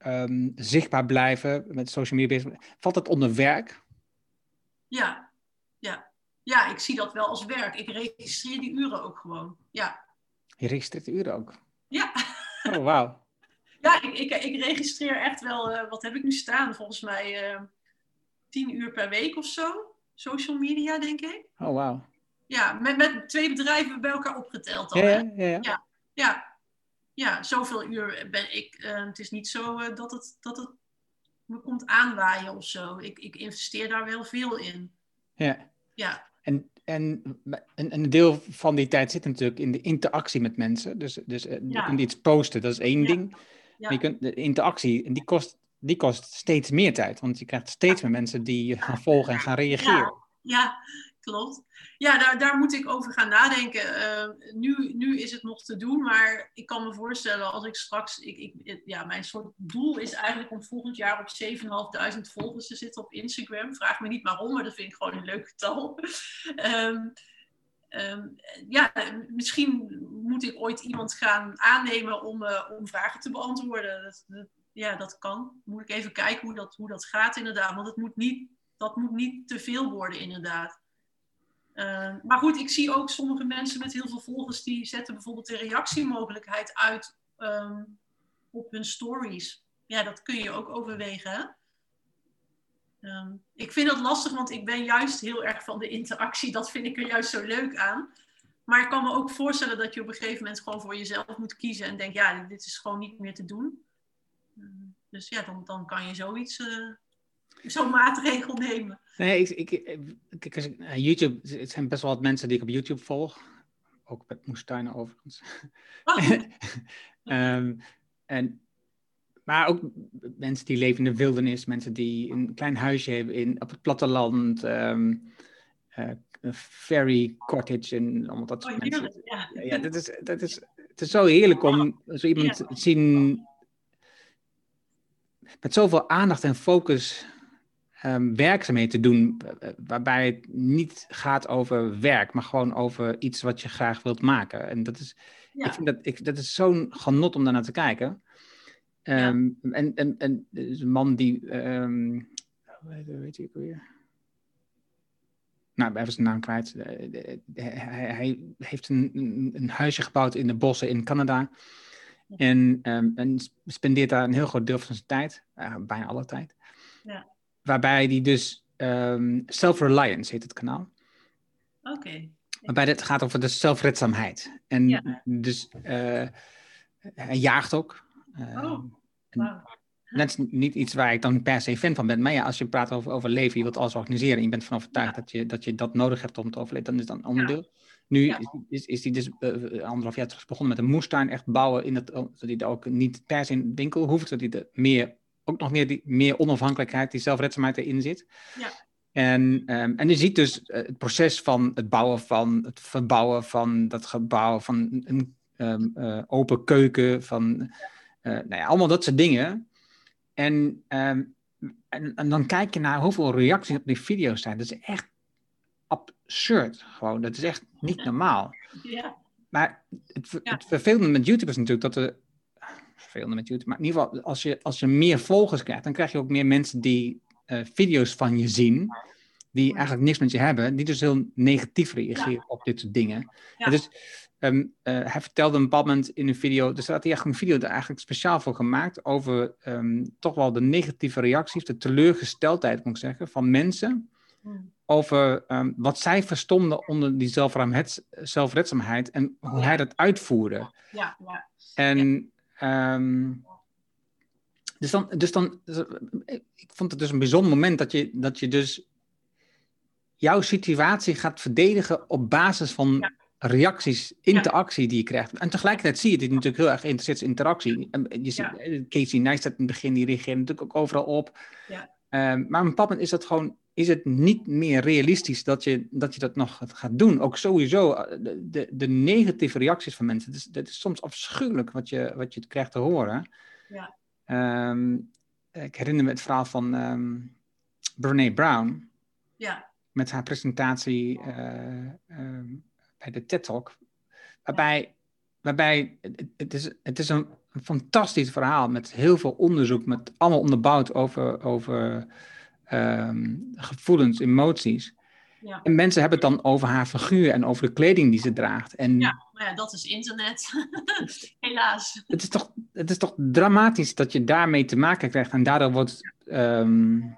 um, zichtbaar blijven, met social media bezig, valt dat onder werk? Ja, ja. Ja, ik zie dat wel als werk. Ik registreer die uren ook gewoon, ja. Je registreert de uren ook? Ja. Oh, wauw. Ja, ik, ik, ik registreer echt wel, uh, wat heb ik nu staan? Volgens mij uh, tien uur per week of zo. Social media, denk ik. Oh, wauw. Ja, met, met twee bedrijven bij elkaar opgeteld dan, ja, hè? Ja, ja, ja. Ja, ja, zoveel uur ben ik. Uh, het is niet zo uh, dat, het, dat het me komt aanwaaien of zo. Ik, ik investeer daar wel veel in. Ja. Ja. En, en een, een deel van die tijd zit natuurlijk in de interactie met mensen. Dus, dus uh, Ja. je kunt iets posten, dat is één Ja. ding. Ja. Maar je kunt, de interactie, en die kost, die kost steeds meer tijd. Want je krijgt steeds meer mensen die je gaan volgen en gaan reageren. Ja, ja, klopt. Ja, daar, daar moet ik over gaan nadenken. Uh, nu, nu is het nog te doen, maar ik kan me voorstellen als ik straks... Ik, ik, ja, mijn soort doel is eigenlijk om volgend jaar op zevenduizend vijfhonderd volgers te zitten op Instagram. Vraag me niet waarom, maar dat vind ik gewoon een leuk getal. um, um, ja, misschien moet ik ooit iemand gaan aannemen om, uh, om vragen te beantwoorden. Dat, dat, ja, dat kan. Moet ik even kijken hoe dat, hoe dat gaat inderdaad. Want het moet niet, dat moet niet te veel worden inderdaad. Uh, maar goed, ik zie ook sommige mensen met heel veel volgers die zetten bijvoorbeeld de reactiemogelijkheid uit um, op hun stories. Ja, dat kun je ook overwegen, hè? Um, ik vind dat lastig, want ik ben juist heel erg van de interactie. Dat vind ik er juist zo leuk aan. Maar ik kan me ook voorstellen dat je op een gegeven moment gewoon voor jezelf moet kiezen en denkt, ja, dit is gewoon niet meer te doen. Um, dus ja, dan, dan kan je zoiets, uh, zo'n maatregel nemen. Nee, ik, ik, ik, ik, YouTube, het zijn best wel wat mensen die ik op YouTube volg. Ook met moestuinen overigens. Oh. um, en, maar ook mensen die leven in de wildernis, mensen die een klein huisje hebben in, op het platteland, um, uh, een fairy cottage en allemaal dat soort oh, mensen. Ja, ja dat is, dat is, het is zo heerlijk om zo iemand te zien met zoveel aandacht en focus um, werkzaamheden te doen, waarbij het niet gaat over werk, maar gewoon over iets wat je graag wilt maken. En dat is, ja. ik vind dat, ik, dat is zo'n genot om daarnaar te kijken. Um, ja. En, en, en is een man die, um, weet, weet ik weer. Nou, even zijn naam kwijt. Hij, hij heeft een, een huisje gebouwd in de bossen in Canada. En, um, en spendeert daar een heel groot deel van zijn tijd, uh, bijna alle tijd. Ja. Waarbij hij dus um, Self-Reliance heet het kanaal. Oké. Okay. Waarbij het gaat over de zelfredzaamheid. En ja. dus uh, hij jaagt ook. Uh, oh, wow. Dat is niet iets waar ik dan per se fan van ben. Maar ja, als je praat over, over leven, je wilt alles organiseren en je bent van overtuigd ja. dat, je, dat je dat nodig hebt om te overleven, dan is dat een onderdeel. Ja. Nu ja. is, is hij dus uh, anderhalf jaar terug begonnen met een moestuin echt bouwen, in dat, zodat hij er ook niet per se in de winkel hoeft, zodat hij er meer, ook nog meer, die, meer onafhankelijkheid, die zelfredzaamheid erin zit. Ja. En, um, en je ziet dus uh, het proces van het bouwen van, het verbouwen van dat gebouw, van een um, uh, open keuken, van uh, nou ja, allemaal dat soort dingen. En, um, en, en dan kijk je naar hoeveel reacties op die video's zijn. Dat is echt absurd gewoon. Dat is echt niet normaal. Ja. Maar het, ja. het vervelende met YouTube is natuurlijk dat er... Vervelende met YouTube, maar in ieder geval, als je, als je meer volgers krijgt, dan krijg je ook meer mensen die uh, video's van je zien, die eigenlijk niks met je hebben, die dus heel negatief reageren ja. op dit soort dingen. Ja. En dus um, uh, hij vertelde een bepaald moment in een video, dus had hij echt een video er eigenlijk speciaal voor gemaakt over um, toch wel de negatieve reacties, de teleurgesteldheid, moet ik zeggen, van mensen hmm. over um, wat zij verstonden onder die zelfredzaamheid en hoe ja. hij dat uitvoerde. Ja, ja. En ja. Um, dus dan, dus dan, dus, ik vond het dus een bijzonder moment dat je, dat je dus jouw situatie gaat verdedigen op basis van ja. reacties, interactie ja. die je krijgt. En tegelijkertijd zie je dit natuurlijk heel erg geïnteresseerd in interactie. Je ziet ja. Casey Neistat in het begin, die reageert natuurlijk ook overal op. Ja. Um, maar op een bepaald moment is dat gewoon, is het niet meer realistisch dat je dat, je dat nog gaat doen. Ook sowieso, de, de, de negatieve reacties van mensen, dat is, dat is soms afschuwelijk wat je, wat je krijgt te horen. Ja. Um, ik herinner me het verhaal van um, Brené Brown. Ja. Met haar presentatie uh, uh, bij de TED Talk. Waarbij, waarbij het, het, is, het is een een fantastisch verhaal met heel veel onderzoek, met allemaal onderbouwd over, over um, gevoelens, emoties. Ja. En mensen hebben het dan over haar figuur en over de kleding die ze draagt. En ja, maar ja, dat is internet. Helaas. Het is, toch, het is toch dramatisch dat je daarmee te maken krijgt. En daardoor wordt... Um,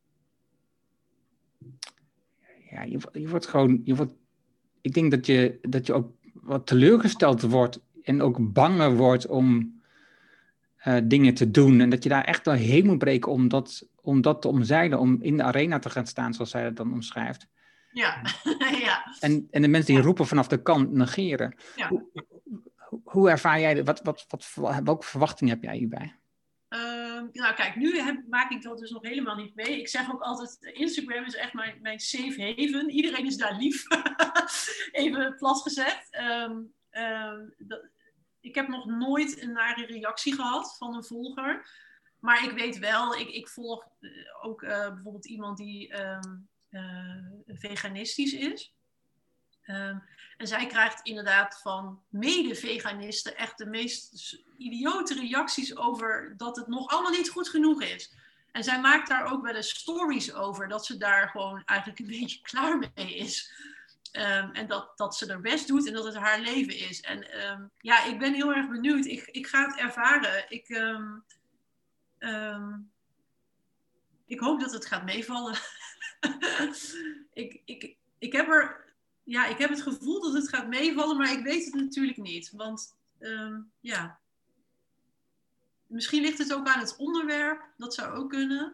ja, je, je wordt gewoon... Je wordt, ik denk dat je, dat je ook wat teleurgesteld wordt. En ook banger wordt om uh, dingen te doen. En dat je daar echt doorheen moet breken om dat, om dat te omzeilen. Om in de arena te gaan staan, zoals zij dat dan omschrijft. Ja, ja. En, en de mensen die roepen vanaf de kant negeren. Ja. Hoe, hoe, hoe ervaar jij dat? Wat, wat, wat, welke verwachting heb jij hierbij? Uh, nou kijk, nu heb, maak ik dat dus nog helemaal niet mee. Ik zeg ook altijd, Instagram is echt mijn, mijn safe haven. Iedereen is daar lief. Even plat gezegd. Um, um, dat, ik heb nog nooit een nare reactie gehad van een volger. Maar ik weet wel, ik, ik volg ook uh, bijvoorbeeld iemand die um, uh, veganistisch is. Um, en zij krijgt inderdaad van mede-veganisten echt de meest idiote reacties over dat het nog allemaal niet goed genoeg is. En zij maakt daar ook wel eens stories over, dat ze daar gewoon eigenlijk een beetje klaar mee is. Um, en dat, dat ze haar best doet en dat het haar leven is. En um, ja, ik ben heel erg benieuwd. Ik, ik ga het ervaren. Ik, um, um, ik hoop dat het gaat meevallen. ik, ik, ik heb er... Ja, ik heb het gevoel dat het gaat meevallen, maar ik weet het natuurlijk niet. Want um, ja, misschien ligt het ook aan het onderwerp. Dat zou ook kunnen.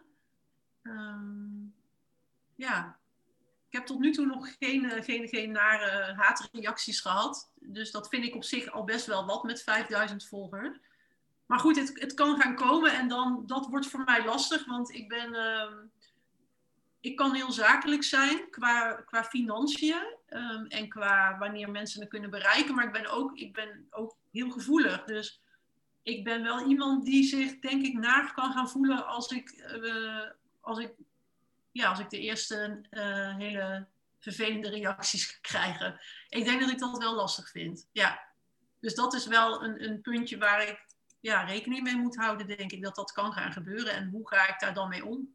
Um, ja, ik heb tot nu toe nog geen, geen, geen nare haatreacties gehad. Dus dat vind ik op zich al best wel wat met vijfduizend volgers. Maar goed, het, het kan gaan komen en dan, dat wordt voor mij lastig. Want ik ben... Um, Ik kan heel zakelijk zijn qua, qua financiën um, en qua wanneer mensen me kunnen bereiken. Maar ik ben, ook, ik ben ook heel gevoelig. Dus ik ben wel iemand die zich, denk ik, naar kan gaan voelen als ik, uh, als ik, ja, als ik de eerste uh, hele vervelende reacties ga krijgen. Ik denk dat ik dat wel lastig vind. Ja. Dus dat is wel een, een puntje waar ik ja, rekening mee moet houden, denk ik, dat dat kan gaan gebeuren. En hoe ga ik daar dan mee om?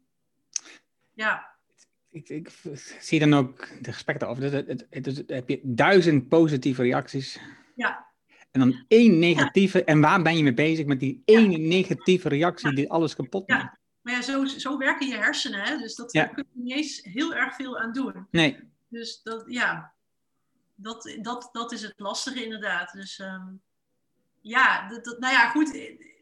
Ja. Ik, ik zie dan ook de gesprekken over. Dus, het, het, dus heb je duizend positieve reacties. Ja. En dan één negatieve. Ja. En waar ben je mee bezig met die ja. ene negatieve reactie ja. die alles kapot maakt? Ja. Maar ja, zo, zo werken je hersenen. Hè? Dus dat, ja. daar kun je niet eens heel erg veel aan doen. Nee. Dus dat, ja. Dat, dat, dat is het lastige inderdaad. Dus um, ja, dat, dat, nou ja, goed.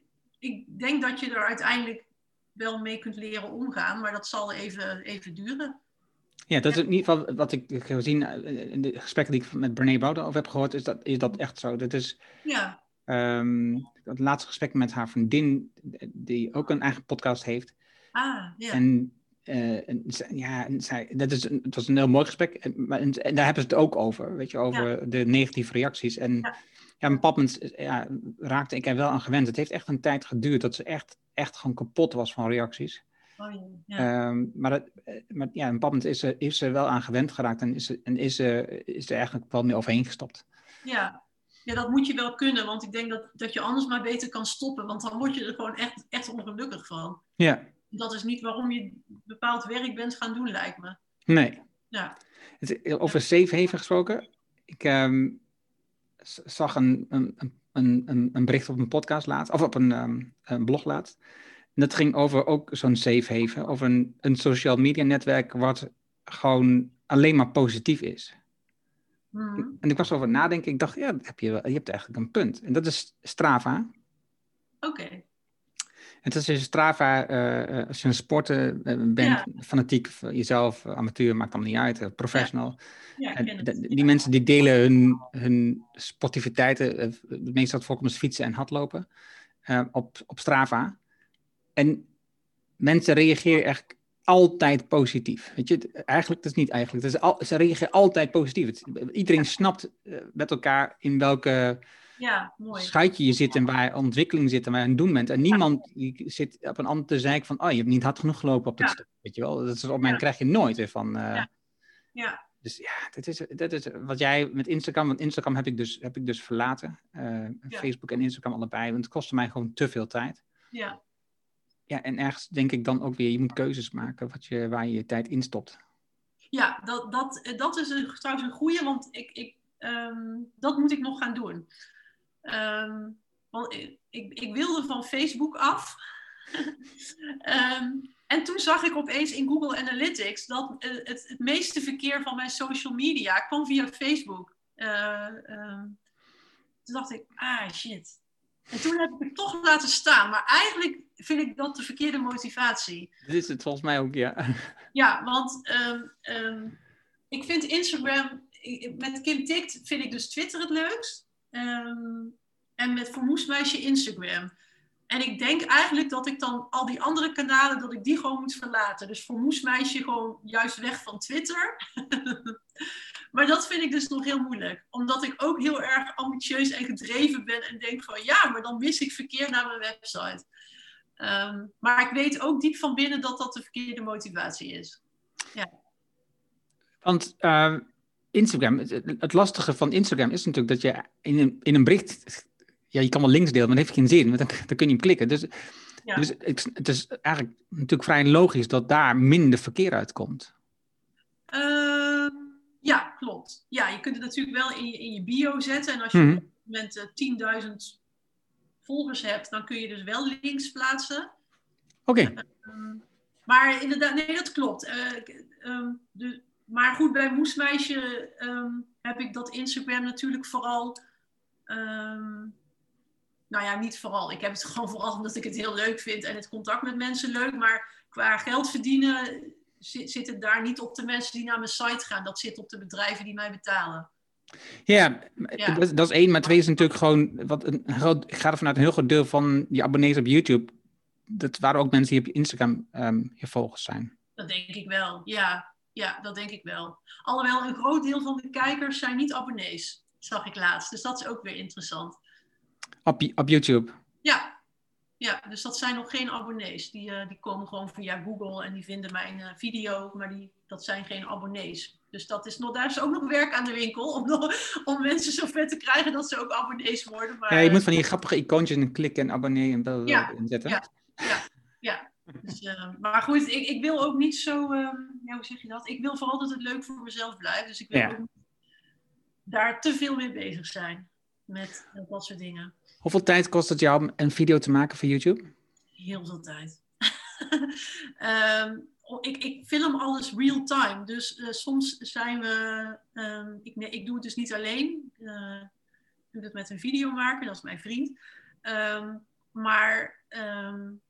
Ik denk dat je er uiteindelijk wel mee kunt leren omgaan, maar dat zal even, even duren. Ja, dat is in ieder geval wat ik gezien in de gesprekken die ik met Brené Brown over heb gehoord, is dat, is dat echt zo. Dat is ja. um, het laatste gesprek met haar vriendin, die ook een eigen podcast heeft. Ah, ja. En, uh, en ja, en zij, dat is, het was een heel mooi gesprek, en, en, en daar hebben ze het ook over, weet je, over ja. de negatieve reacties. En ja, ja een bepaald moment ja, raakte ik er wel aan gewend. Het heeft echt een tijd geduurd dat ze echt echt gewoon kapot was van reacties. Oh, ja. Ja. Um, maar, dat, maar ja, een bepaald moment is ze, is ze wel aan gewend geraakt en is ze, en is ze, is er eigenlijk wel mee overheen gestapt. Ja. Ja, dat moet je wel kunnen, want ik denk dat, dat je anders maar beter kan stoppen, want dan word je er gewoon echt, echt ongelukkig van. Ja. Dat is niet waarom je bepaald werk bent gaan doen, lijkt me. Nee. Ja. Over safe haven gesproken. Ik um, zag een, een, een, een, een bericht op een podcast laatst, of op een, um, een blog laatst. En dat ging over ook zo'n safe haven, over een, een social media netwerk wat gewoon alleen maar positief is. Mm-hmm. En ik was erover nadenken, ik dacht, ja, dat heb je, wel, je hebt eigenlijk een punt. En dat is Strava. Oké. Okay. En dat is Strava, uh, als je een sporter uh, bent, ja. fanatiek, jezelf, amateur, maakt allemaal niet uit, uh, professional. Ja. Ja, en de, die ja. mensen die delen hun, hun sportiviteiten, uh, het meest dat voorkomt is fietsen en hardlopen, uh, op, op Strava. En mensen reageren echt altijd positief. Weet je, eigenlijk, dat is niet eigenlijk. Dat is al, ze reageren altijd positief. Het, iedereen snapt uh, met elkaar in welke ja, mooi. schuitje je zit en waar ontwikkeling zit en waar je aan het doen bent. En niemand die zit op een ander te zeiken van, oh, je hebt niet hard genoeg gelopen op dat ja. stuk. Weet je wel, dat is op mij ja. krijg je nooit weer van. Uh, ja. Ja. Dus Dus ja, dat is, dat is wat jij met Instagram... Want Instagram heb ik dus, heb ik dus verlaten. Uh, ja. Facebook en Instagram allebei. Want het kostte mij gewoon te veel tijd. Ja. Ja, en ergens denk ik dan ook weer... Je moet keuzes maken wat je, waar je je tijd in stopt. Ja, dat, dat, dat is een, trouwens een goeie. Want ik, ik, um, dat moet ik nog gaan doen. Um, want ik, ik, ik wilde van Facebook af... um, en toen zag ik opeens in Google Analytics dat uh, het, het meeste verkeer van mijn social media kwam via Facebook. Uh, uh, toen dacht ik, ah shit. En toen heb ik het toch laten staan. Maar eigenlijk vind ik dat de verkeerde motivatie. Dit is het volgens mij ook, ja. Ja, want um, um, ik vind Instagram, met Kim Tikt vind ik dus Twitter het leukst. Um, en met Vermoesmeisje Instagram. En ik denk eigenlijk dat ik dan al die andere kanalen, dat ik die gewoon moet verlaten. Dus voor Moesmeisje gewoon juist weg van Twitter. Maar dat vind ik dus nog heel moeilijk. Omdat ik ook heel erg ambitieus en gedreven ben. En denk van ja, maar dan mis ik verkeer naar mijn website. Um, maar ik weet ook diep van binnen dat dat de verkeerde motivatie is. Ja. Want uh, Instagram, het, het lastige van Instagram is natuurlijk dat je in een, in een bericht... Ja, je kan wel links delen, maar dat heeft geen zin, want dan, dan kun je hem klikken. Dus, ja. dus het, het is eigenlijk natuurlijk vrij logisch dat daar minder verkeer uitkomt. Uh, ja, klopt. Ja, je kunt het natuurlijk wel in je, in je bio zetten. En als je mm-hmm. op een moment uh, tienduizend volgers hebt, dan kun je dus wel links plaatsen. Oké. Okay. Uh, maar inderdaad, nee, dat klopt. Uh, um, de, maar goed, bij Moesmeisje um, heb ik dat Instagram natuurlijk vooral... Um, Nou ja, niet vooral. Ik heb het gewoon vooral omdat ik het heel leuk vind en het contact met mensen leuk. Maar qua geld verdienen zit, zit het daar niet op de mensen die naar mijn site gaan. Dat zit op de bedrijven die mij betalen. Ja, ja. Dat, dat is één. Maar twee is natuurlijk gewoon... Wat een groot, ik ga er vanuit een heel groot deel van je abonnees op YouTube. Dat waren ook mensen die op Instagram um, je volgers zijn. Dat denk ik wel, ja. Ja, dat denk ik wel. Alhoewel een groot deel van de kijkers zijn niet abonnees. Zag ik laatst. Dus dat is ook weer interessant. Op, op YouTube? Ja. Ja, dus dat zijn nog geen abonnees. Die, uh, die komen gewoon via Google en die vinden mijn uh, video, maar die, dat zijn geen abonnees. Dus dat is nog, daar is ook nog werk aan de winkel om, om mensen zo ver te krijgen dat ze ook abonnees worden. Maar, ja, je moet van die grappige icoontjes en klikken en abonnee en wel ja, inzetten. Ja, ja, ja. Dus, uh, maar goed, ik, ik wil ook niet zo, uh, ja, hoe zeg je dat? Ik wil vooral dat het leuk voor mezelf blijft. Dus ik wil ja. ook daar te veel mee bezig zijn met uh, dat soort dingen. Hoeveel tijd kost het jou om een video te maken voor YouTube? Heel veel tijd. um, ik, ik film alles real time. Dus uh, soms zijn we... Um, ik, nee, ik doe het dus niet alleen. Uh, ik doe het met een videomaker. Dat is mijn vriend. Um, maar um,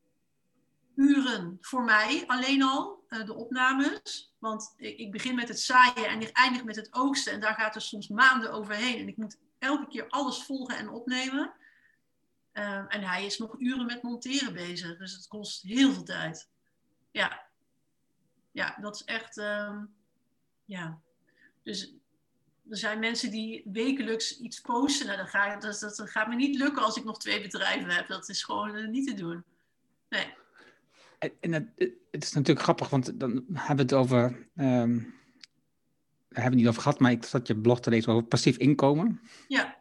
uren voor mij alleen al. Uh, de opnames. Want ik, ik begin met het zaaien en ik eindig met het oogsten. En daar gaat er soms maanden overheen. En ik moet elke keer alles volgen en opnemen. Uh, en hij is nog uren met monteren bezig. Dus het kost heel veel tijd. Ja. Ja, dat is echt... Um, ja. Dus er zijn mensen die wekelijks iets posten. Nou, dat, ga, dat, dat, dat gaat me niet lukken als ik nog twee bedrijven heb. Dat is gewoon uh, niet te doen. Nee. En, en het, het is natuurlijk grappig, want dan hebben we het over... Um, daar hebben we het niet over gehad, maar ik zat je blog te lezen over passief inkomen. Ja.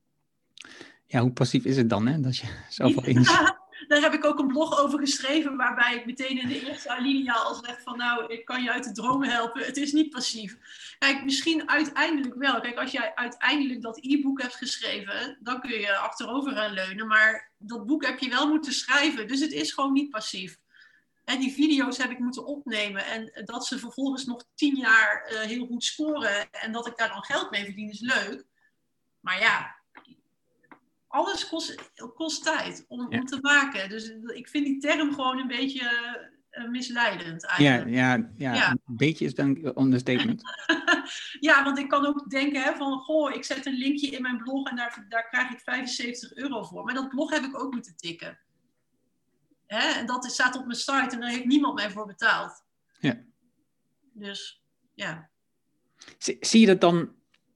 Ja, hoe passief is het dan, hè? Dat je zoveel in... Ja, daar heb ik ook een blog over geschreven, waarbij ik meteen in de eerste alinea al zeg van nou, ik kan je uit de dromen helpen. Het is niet passief. Kijk, misschien uiteindelijk wel. Kijk, als jij uiteindelijk dat e-book hebt geschreven, dan kun je achterover gaan leunen. Maar dat boek heb je wel moeten schrijven, dus het is gewoon niet passief. En die video's heb ik moeten opnemen. En dat ze vervolgens nog tien jaar uh, heel goed scoren en dat ik daar dan geld mee verdien, is leuk. Maar ja... Alles kost, kost tijd om, ja. om te maken. Dus ik vind die term gewoon een beetje uh, misleidend eigenlijk. Ja, ja, ja, ja, een beetje is dan een understatement. Ja, want ik kan ook denken hè, van... Goh, ik zet een linkje in mijn blog en daar, daar krijg ik vijfenzeventig euro voor. Maar dat blog heb ik ook moeten tikken. Hè? En dat staat op mijn site en daar heeft niemand mij voor betaald. Ja. Dus, ja. Zie, zie je dat dan...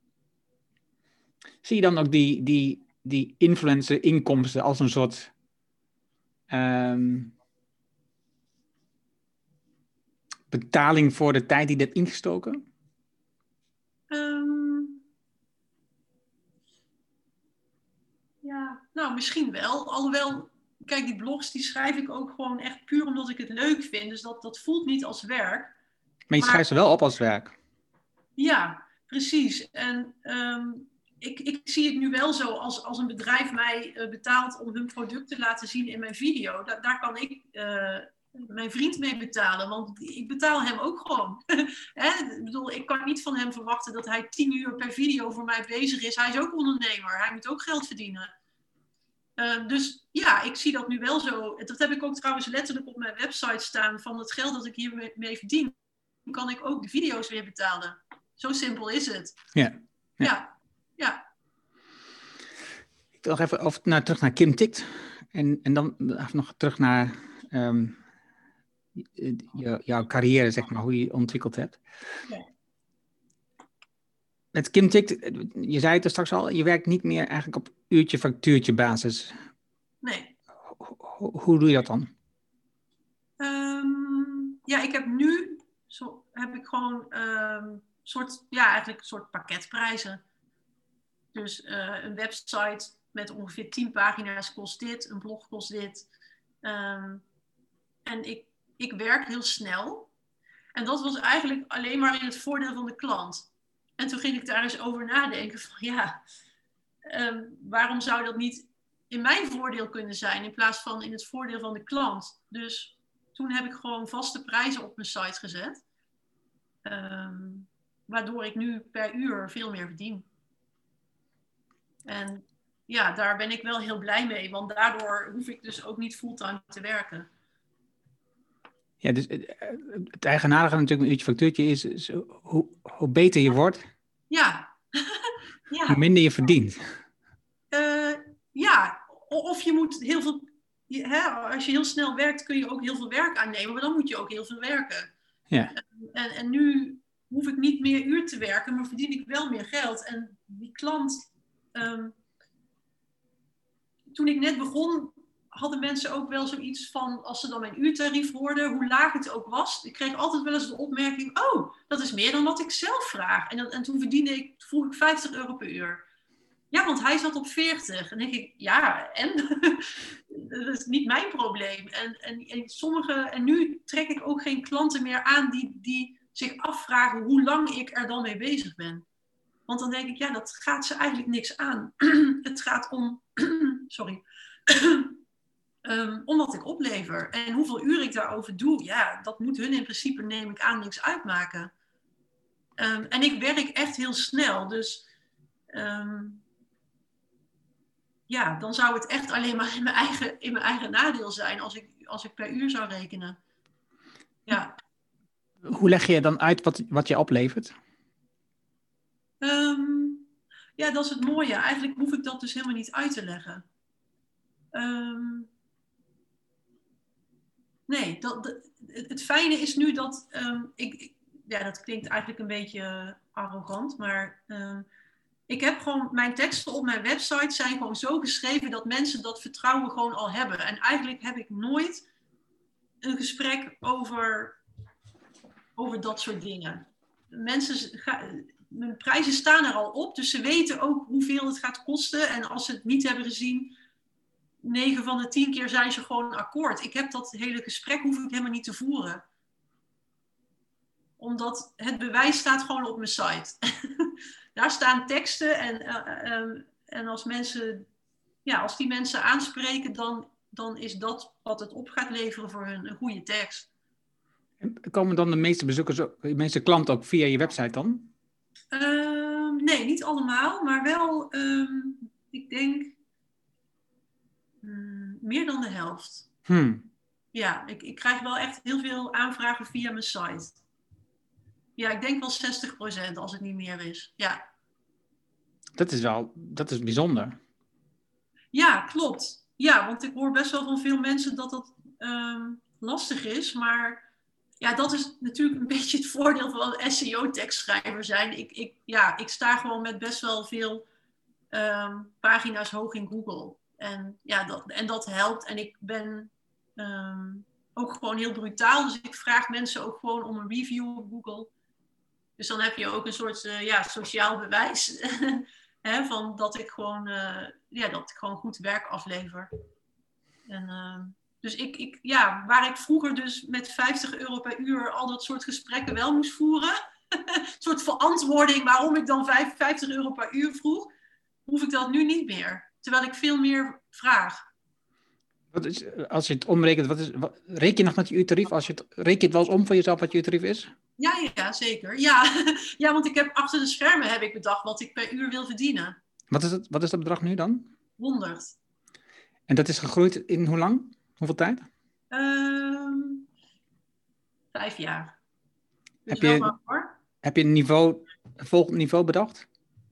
Zie je dan ook die... die die influencer inkomsten als een soort um, betaling voor de tijd die je hebt ingestoken? misschien wel. Alhoewel, kijk, die blogs die schrijf ik ook gewoon echt puur omdat ik het leuk vind. Dus dat, dat voelt niet als werk. Maar je Maar, schrijft ze wel op als werk. Ja, precies. En um, ik, ik zie het nu wel zo als, als een bedrijf mij uh, betaalt om hun product te laten zien in mijn video. Da- daar kan ik uh, mijn vriend mee betalen, want ik betaal hem ook gewoon. Hè? Ik bedoel, ik kan niet van hem verwachten dat hij tien uur per video voor mij bezig is. Hij is ook ondernemer, hij moet ook geld verdienen. Uh, dus ja, ik zie dat nu wel zo. Dat heb ik ook trouwens letterlijk op mijn website staan. Van het geld dat ik hiermee verdien, kan ik ook de video's weer betalen. Zo simpel is het. Ja. Ja. Ja. ja. Ik wil nog even over, nou, terug naar Kim Tikt. En, en dan nog terug naar um, je, jouw carrière, zeg maar, hoe je je ontwikkeld hebt. Ja. Met Kim Tikt, je zei het er straks al, je werkt niet meer eigenlijk op uurtje-factuurtje basis. Nee. Hoe, hoe doe je dat dan? Um, ja, ik heb nu, zo, heb ik gewoon um, soort, ja, eigenlijk een soort pakketprijzen. Dus uh, een website met ongeveer tien pagina's kost dit, een blog kost dit. Um, en ik, ik werk heel snel. En dat was eigenlijk alleen maar in het voordeel van de klant. En toen ging ik daar eens over nadenken van ja, um, waarom zou dat niet in mijn voordeel kunnen zijn in plaats van in het voordeel van de klant. Dus toen heb ik gewoon vaste prijzen op mijn site gezet. Um, waardoor ik nu per uur veel meer verdien. En ja, daar ben ik wel heel blij mee. Want daardoor hoef ik dus ook niet fulltime te werken. Ja, dus het eigenaardige natuurlijk een uurtje factuurtje is, is hoe, hoe beter je wordt, ja. ja. hoe minder je verdient. Uh, ja, of je moet heel veel... Je, hè, als je heel snel werkt, kun je ook heel veel werk aannemen. Maar dan moet je ook heel veel werken. Ja. En, en, en nu hoef ik niet meer uur te werken, maar verdien ik wel meer geld. En die klant... Um, toen ik net begon, hadden mensen ook wel zoiets van, als ze dan mijn uurtarief hoorden, hoe laag het ook was. Ik kreeg altijd wel eens de opmerking, oh, dat is meer dan wat ik zelf vraag. En, dan, en toen verdiende ik, vroeg ik vijftig euro per uur. Ja, want hij zat op veertig. En dan denk ik, ja, en? Dat is niet mijn probleem. En, en, en, sommige, en nu trek ik ook geen klanten meer aan die, die zich afvragen hoe lang ik er dan mee bezig ben. Want dan denk ik, ja, dat gaat ze eigenlijk niks aan. Het gaat om, sorry, um, om wat ik oplever. En hoeveel uur ik daarover doe, ja, dat moet hun in principe, neem ik aan, niks uitmaken. Um, en ik werk echt heel snel, dus um, ja, dan zou het echt alleen maar in mijn eigen, in mijn eigen nadeel zijn als ik, als ik per uur zou rekenen. Ja. Hoe leg je dan uit wat, wat je oplevert? Um, ja, dat is het mooie. Eigenlijk hoef ik dat dus helemaal niet uit te leggen. Um, nee, dat, dat, het fijne is nu dat... Um, ik, ja, dat klinkt eigenlijk een beetje arrogant, maar... Um, ik heb gewoon... Mijn teksten op mijn website zijn gewoon zo geschreven dat mensen dat vertrouwen gewoon al hebben. En eigenlijk heb ik nooit een gesprek over, over dat soort dingen. Mensen... Ga, Mijn prijzen staan er al op, dus ze weten ook hoeveel het gaat kosten. En als ze het niet hebben gezien, negen van de tien keer zijn ze gewoon akkoord. Ik heb dat hele gesprek hoef ik helemaal niet te voeren. Omdat het bewijs staat gewoon op mijn site. Daar staan teksten en, uh, uh, en als mensen, ja, als die mensen aanspreken, dan, dan is dat wat het op gaat leveren voor hun, een goede tekst. En komen dan de meeste bezoekers, de meeste klanten ook via je website dan? Uh, nee, niet allemaal, maar wel, um, ik denk, um, meer dan de helft. Hmm. Ja, ik, ik krijg wel echt heel veel aanvragen via mijn site. Ja, ik denk wel zestig procent als het niet meer is. Ja. Dat is wel, dat is bijzonder. Ja, klopt. Ja, want ik hoor best wel van veel mensen dat dat um, lastig is, maar... Ja, dat is natuurlijk een beetje het voordeel van een S E O-tekstschrijver zijn. Ik, ik, ja, ik sta gewoon met best wel veel um, pagina's hoog in Google. En, ja, dat, en dat helpt. En ik ben um, ook gewoon heel brutaal. Dus ik vraag mensen ook gewoon om een review op Google. Dus dan heb je ook een soort uh, ja, sociaal bewijs. Hè, van dat ik gewoon, uh, ja, dat ik gewoon goed werk aflever. En, uh, dus ik, ik, ja, waar ik vroeger dus met vijftig euro per uur al dat soort gesprekken wel moest voeren. Een soort verantwoording waarom ik dan vijftig euro per uur vroeg, hoef ik dat nu niet meer. Terwijl ik veel meer vraag. Wat is, als je het omrekent, wat is, wat, reken je nog met je uurtarief? Als je het, reken je het wel eens om voor jezelf wat je uurtarief is? Ja, ja, zeker. Ja. Ja, want ik heb achter de schermen heb ik bedacht wat ik per uur wil verdienen. Wat is het, wat is dat bedrag nu dan? honderd. En dat is gegroeid in hoe lang? Hoeveel tijd? Um, vijf jaar. Dus heb, je, wel hoor. heb je een niveau, een volgend niveau bedacht?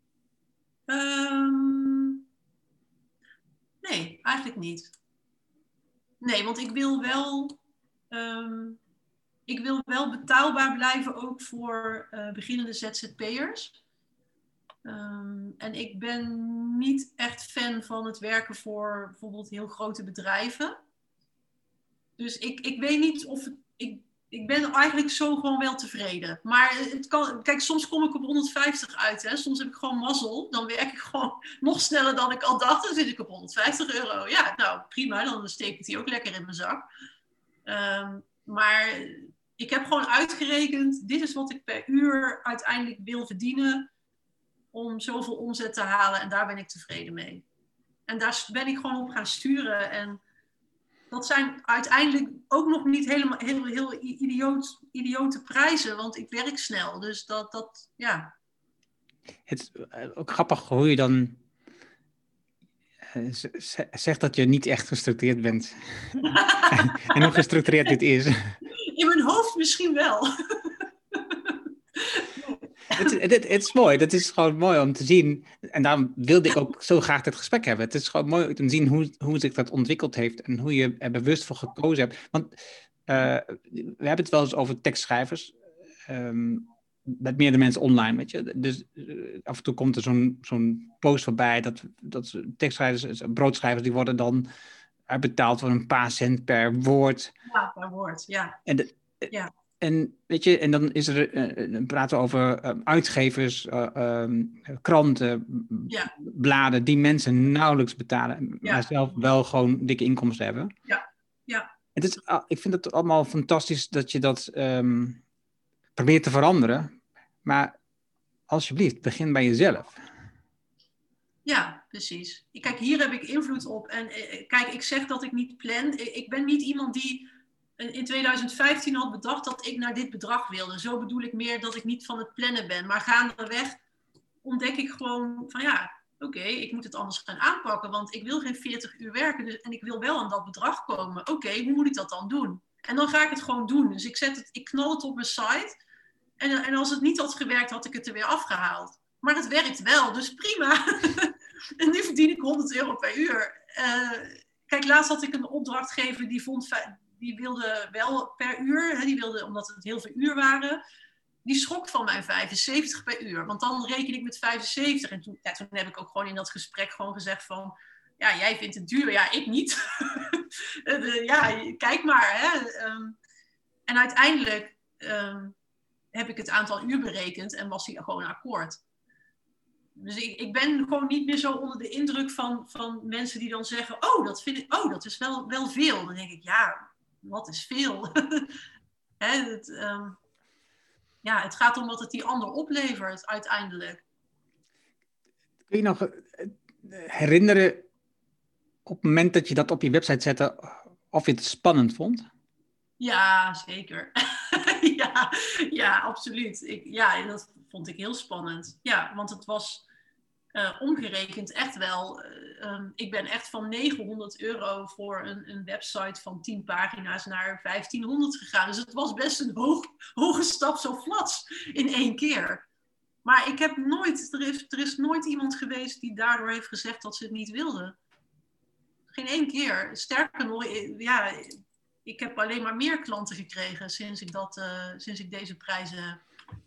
Um, nee, eigenlijk niet. Nee, want ik wil wel... Um, ik wil wel betaalbaar blijven ook voor uh, beginnende Z Z P'ers. Um, en ik ben niet echt fan van het werken voor bijvoorbeeld heel grote bedrijven. Dus ik, ik weet niet of... Het, ik, ik ben eigenlijk zo gewoon wel tevreden. Maar het kan, kijk, soms kom ik op honderdvijftig uit. Hè. Soms heb ik gewoon mazzel. Dan werk ik gewoon nog sneller dan ik al dacht. Dan zit ik op honderdvijftig euro. Ja, nou prima. Dan steek ik die ook lekker in mijn zak. Um, maar ik heb gewoon uitgerekend. Dit is wat ik per uur uiteindelijk wil verdienen. Om zoveel omzet te halen. En daar ben ik tevreden mee. En daar ben ik gewoon op gaan sturen. En dat zijn uiteindelijk ook nog niet helemaal heel, heel idioot, idiote prijzen. Want ik werk snel. Dus dat, dat ja. Het is ook grappig hoe je dan uh, zegt dat je niet echt gestructureerd bent. En hoe gestructureerd dit is. In mijn hoofd misschien wel. Het, het, het is mooi. Het is gewoon mooi om te zien. En daarom wilde ik ook zo graag dit gesprek hebben. Het is gewoon mooi om te zien hoe, hoe zich dat ontwikkeld heeft. En hoe je er bewust voor gekozen hebt. Want uh, we hebben het wel eens over tekstschrijvers. Um, met meerdere mensen online, weet je. Dus uh, af en toe komt er zo'n, zo'n post voorbij. Dat, dat tekstschrijvers, broodschrijvers, die worden dan betaald voor een paar cent per woord. Ja, per woord, ja. En de, ja. En weet je, en dan is er, uh, dan praten we over uh, uitgevers, uh, um, kranten, ja. bladen, die mensen nauwelijks betalen, ja. maar zelf wel gewoon dikke inkomsten hebben. Ja, ja. Het is, uh, ik vind het allemaal fantastisch dat je dat um, probeert te veranderen, maar alsjeblieft, begin bij jezelf. Ja, precies. Kijk, hier heb ik invloed op. En uh, kijk, ik zeg dat ik niet plan. Ik ben niet iemand die in twintig vijftien had bedacht dat ik naar dit bedrag wilde. Zo bedoel ik meer dat ik niet van het plannen ben. Maar gaandeweg ontdek ik gewoon van ja, oké, okay, ik moet het anders gaan aanpakken. Want ik wil geen veertig uur werken dus, en ik wil wel aan dat bedrag komen. Oké, okay, hoe moet ik dat dan doen? En dan ga ik het gewoon doen. Dus ik, zet het, ik knal het op mijn site. En, en als het niet had gewerkt, had ik het er weer afgehaald. Maar het werkt wel, dus prima. En nu verdien ik honderd euro per uur. Uh, kijk, laatst had ik een opdrachtgever die vond... Die wilde wel per uur, hè, die wilde, omdat het heel veel uur waren, die schrok van mijn vijfenzeventig per uur. Want dan reken ik met vijfenzeventig. En toen, ja, toen heb ik ook gewoon in dat gesprek gewoon gezegd van, ja, jij vindt het duur, ja, ik niet. Ja, kijk maar. Hè. Um, en uiteindelijk um, heb ik het aantal uur berekend en was hij gewoon akkoord. Dus ik, ik ben gewoon niet meer zo onder de indruk van, van mensen die dan zeggen, oh, dat vind ik, oh, dat is wel, wel veel. Dan denk ik, ja, wat is veel? Hè, het, um, ja, het gaat om wat het die ander oplevert uiteindelijk. Kun je nog herinneren op het moment dat je dat op je website zette, of je het spannend vond? Ja, zeker. ja, ja, absoluut. Ik, ja, dat vond ik heel spannend. Ja, want het was uh, omgerekend echt wel... Uh, um, ik ben echt van negenhonderd euro voor een, een website van tien pagina's naar vijftienhonderd gegaan. Dus het was best een hoog, hoge stap zo flats in één keer. Maar ik heb nooit... Er is, er is nooit iemand geweest die daardoor heeft gezegd dat ze het niet wilde. Geen één keer. Sterker nog, ja... Ik heb alleen maar meer klanten gekregen sinds ik, dat, uh, sinds ik deze prijzen heb.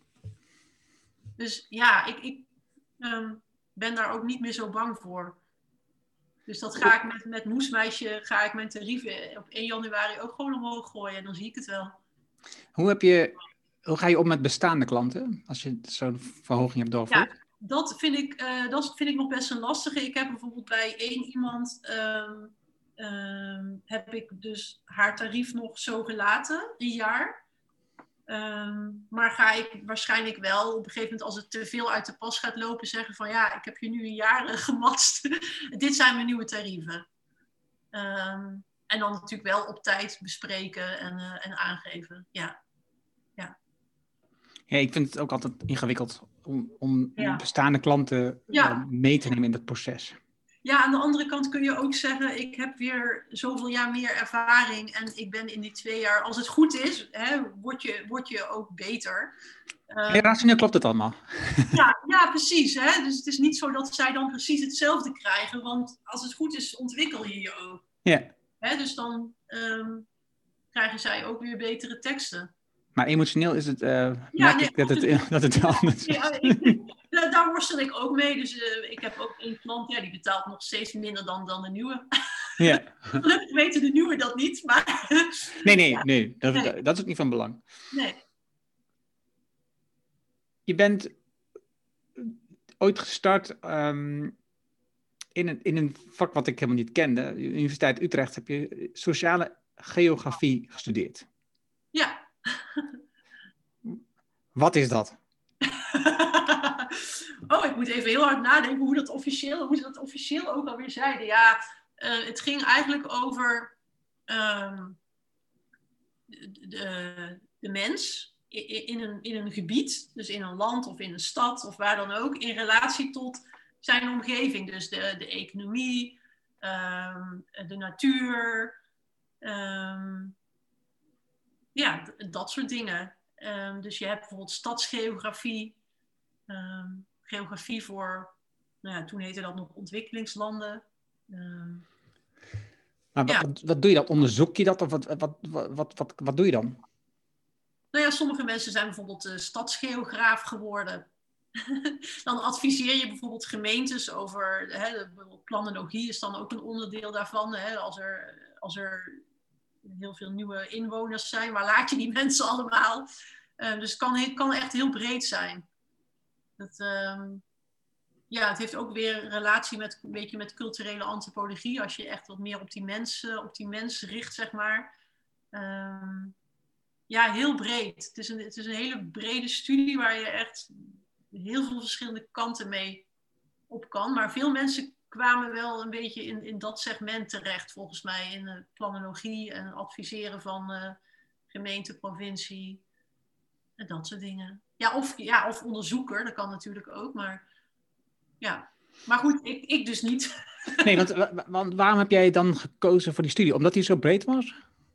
Dus ja, ik, ik um, ben daar ook niet meer zo bang voor. Dus dat ga ik met, met Moesmeisje, ga ik mijn tarieven op één januari ook gewoon omhoog gooien. En dan zie ik het wel. Hoe, heb je, hoe ga je om met bestaande klanten, als je zo'n verhoging hebt doorgevoerd? Ja, dat vind ik, uh, dat vind ik nog best een lastige. Ik heb bijvoorbeeld bij één iemand, um, um, heb ik dus haar tarief nog zo gelaten, een jaar. Um, maar ga ik waarschijnlijk wel op een gegeven moment, als het te veel uit de pas gaat lopen, zeggen van ja, ik heb je nu een jaar uh, gematst. Dit zijn mijn nieuwe tarieven. Um, en dan natuurlijk wel op tijd bespreken en, uh, en aangeven. Ja. Ja. Ja, ik vind het ook altijd ingewikkeld om, om ja. bestaande klanten ja. uh, mee te nemen in dat proces. Ja, aan de andere kant kun je ook zeggen, ik heb weer zoveel jaar meer ervaring en ik ben in die twee jaar, als het goed is, hè, word, je, word je ook beter. Uh, ja, rationeel klopt het allemaal. Ja, ja precies. Hè? Dus het is niet zo dat zij dan precies hetzelfde krijgen, want als het goed is, ontwikkel je je ook. Ja. Hè, dus dan um, krijgen zij ook weer betere teksten. Maar emotioneel is het, uh, ja, merk nee, ik dat het, dat het anders is. Ja, ik, daar worstel ik ook mee. Dus uh, ik heb ook één klant, ja, die betaalt nog steeds minder dan, dan de nieuwe. Ja. Gelukkig weten de nieuwe dat niet, maar... Nee, nee, ja. nee, dat, nee. Dat is ook niet van belang. Nee. Je bent ooit gestart um, in, een, in een vak wat ik helemaal niet kende. De Universiteit Utrecht heb je sociale geografie gestudeerd. Ja. Wat is dat? Oh, ik moet even heel hard nadenken hoe dat officieel, hoe ze dat officieel ook alweer zeiden. Ja, uh, het ging eigenlijk over um, de, de mens in, in, een, in een gebied, dus in een land of in een stad of waar dan ook, in relatie tot zijn omgeving. Dus de, de economie, um, de natuur, um, ja, d- dat soort dingen. Um, dus je hebt bijvoorbeeld stadsgeografie, um, geografie voor, nou ja, toen heette dat nog ontwikkelingslanden. Um, maar wat, ja. wat, wat doe je dan? Onderzoek je dat of wat, wat, wat, wat, wat, wat doe je dan? Nou ja, sommige mensen zijn bijvoorbeeld uh, stadsgeograaf geworden. Dan adviseer je bijvoorbeeld gemeentes over, hè, planologie is dan ook een onderdeel daarvan. Hè, als er, als er heel veel nieuwe inwoners zijn, waar laat je die mensen allemaal? Uh, dus het kan, het kan echt heel breed zijn. Dat, um, ja, het heeft ook weer een relatie met een beetje met culturele antropologie, als je echt wat meer op die mens, uh, op die mens richt, zeg maar. Um, ja, heel breed. Het is, een, het is een hele brede studie waar je echt heel veel verschillende kanten mee op kan. Maar veel mensen kwamen wel een beetje in, in dat segment terecht, volgens mij, in de planologie en adviseren van uh, gemeente, provincie en dat soort dingen. Ja of, ja, of onderzoeker, dat kan natuurlijk ook, maar ja. Maar goed, ik, ik dus niet. Nee, want, want waarom heb jij dan gekozen voor die studie? Omdat die zo breed was?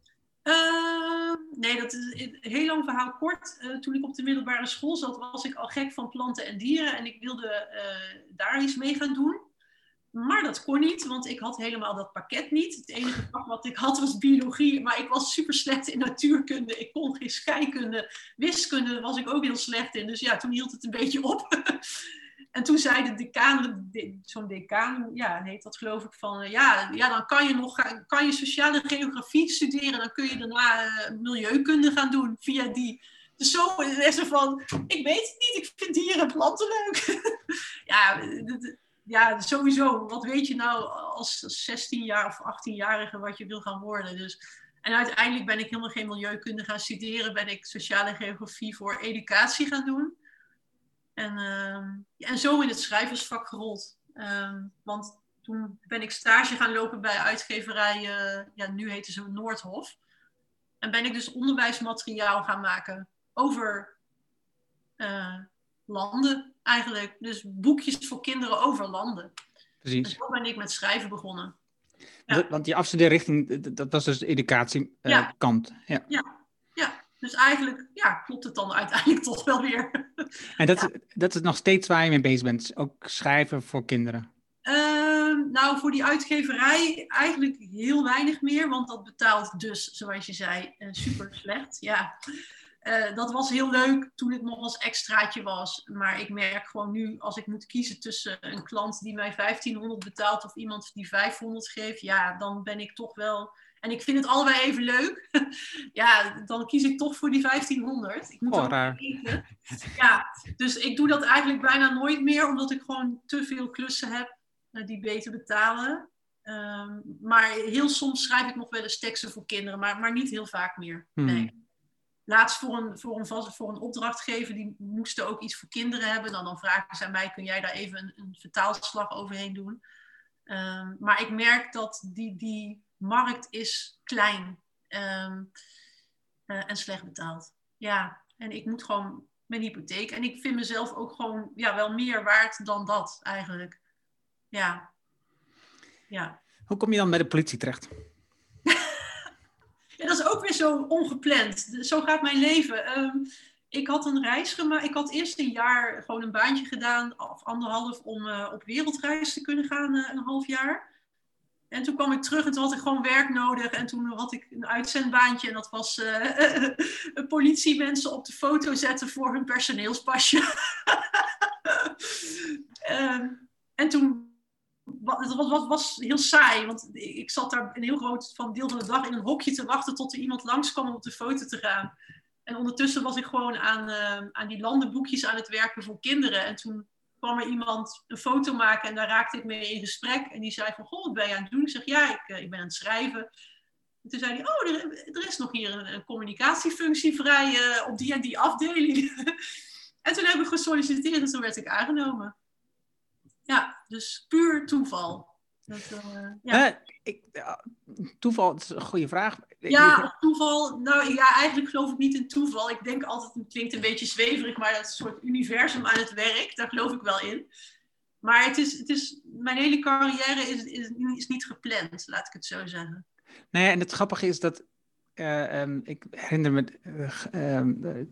Uh, nee, dat is een heel lang verhaal kort. Uh, toen ik op de middelbare school zat, was ik al gek van planten en dieren. En ik wilde uh, daar iets mee gaan doen. Maar dat kon niet, want ik had helemaal dat pakket niet. Het enige vak wat ik had was biologie. Maar ik was super slecht in natuurkunde. Ik kon geen scheikunde. Wiskunde was ik ook heel slecht in. Dus ja, toen hield het een beetje op. En toen zei de decaan, de, zo'n decaan, ja, heet dat geloof ik, van ja, ja, dan kan je nog gaan, kan je sociale geografie studeren, dan kun je daarna uh, milieukunde gaan doen via die. Dus zo is er van, ik weet het niet, ik vind dieren en planten leuk. ja, d- ja, sowieso. Wat weet je nou als zestien jaar of achttienjarige wat je wil gaan worden? Dus, en uiteindelijk ben ik helemaal geen milieukunde gaan studeren, ben ik sociale geografie voor educatie gaan doen. En, uh, en zo in het schrijversvak gerold. Um, want toen ben ik stage gaan lopen bij uitgeverij, uh, ja, nu heten ze Noordhof. En ben ik dus onderwijsmateriaal gaan maken over uh, landen eigenlijk. Dus boekjes voor kinderen over landen. Precies. En zo ben ik met schrijven begonnen. Ja. Want die afstudeerrichting, dat was dus de educatiekant. Uh, ja. ja. ja, ja. Dus eigenlijk ja, klopt het dan uiteindelijk toch wel weer. En dat, ja. dat is nog steeds waar je mee bezig bent? Ook schrijven voor kinderen? Uh, nou, voor die uitgeverij eigenlijk heel weinig meer. Want dat betaalt dus, zoals je zei, uh, super slecht. Ja. Uh, dat was heel leuk toen het nog als extraatje was. Maar ik merk gewoon nu, als ik moet kiezen tussen een klant die mij vijftienhonderd betaalt of iemand die vijfhonderd geeft, ja, dan ben ik toch wel en ik vind het allebei even leuk, ja, dan kies ik toch voor die vijftienhonderd. Ik moet Oh, ook raar. eten. Ja, dus ik doe dat eigenlijk bijna nooit meer, omdat ik gewoon te veel klussen heb uh, die beter betalen. Um, maar heel soms schrijf ik nog wel eens teksten voor kinderen, maar, maar niet heel vaak meer. Hmm. Nee. Laatst voor een, voor, een, voor een opdrachtgever, die moesten ook iets voor kinderen hebben. Dan, dan vragen ze aan mij, kun jij daar even een, een vertaalslag overheen doen? Um, maar ik merk dat die, die markt is klein um, uh, en slecht betaald. Ja, en ik moet gewoon mijn hypotheek. En ik vind mezelf ook gewoon ja, wel meer waard dan dat eigenlijk. Ja. Ja. Hoe kom je dan bij de politie terecht? Ja, dat is ook weer zo ongepland. Zo gaat mijn leven. Um, ik had een reis gemaakt. Ik had eerst een jaar gewoon een baantje gedaan, of anderhalf, om uh, op wereldreis te kunnen gaan, uh, een half jaar. En toen kwam ik terug en toen had ik gewoon werk nodig. En toen had ik een uitzendbaantje en dat was uh, politiemensen op de foto zetten voor hun personeelspasje. um, en toen... Het was, was, was heel saai, want ik zat daar een heel groot van deel van de dag in een hokje te wachten tot er iemand langskwam om op de foto te gaan. En ondertussen was ik gewoon aan, uh, aan die landenboekjes aan het werken voor kinderen. En toen kwam er iemand een foto maken en daar raakte ik mee in gesprek. En die zei van, goh, wat ben je aan het doen? Ik zeg, ja, ik, uh, ik ben aan het schrijven. En toen zei hij, oh, er, er is nog hier een, een communicatiefunctie vrij uh, op die en die afdeling. En toen heb ik gesolliciteerd en toen werd ik aangenomen. Ja, dus puur toeval. Dat, uh, ja. Uh, ik, uh, toeval, dat is een goede vraag. Ja, toeval. Nou ja, eigenlijk geloof ik niet in toeval. Ik denk altijd, het klinkt een beetje zweverig, maar dat is een soort universum aan het werk. Daar geloof ik wel in. Maar het is, het is, mijn hele carrière is, is, is niet gepland, laat ik het zo zeggen. Nee, en het grappige is dat, uh, um, ik herinner me uh, uh,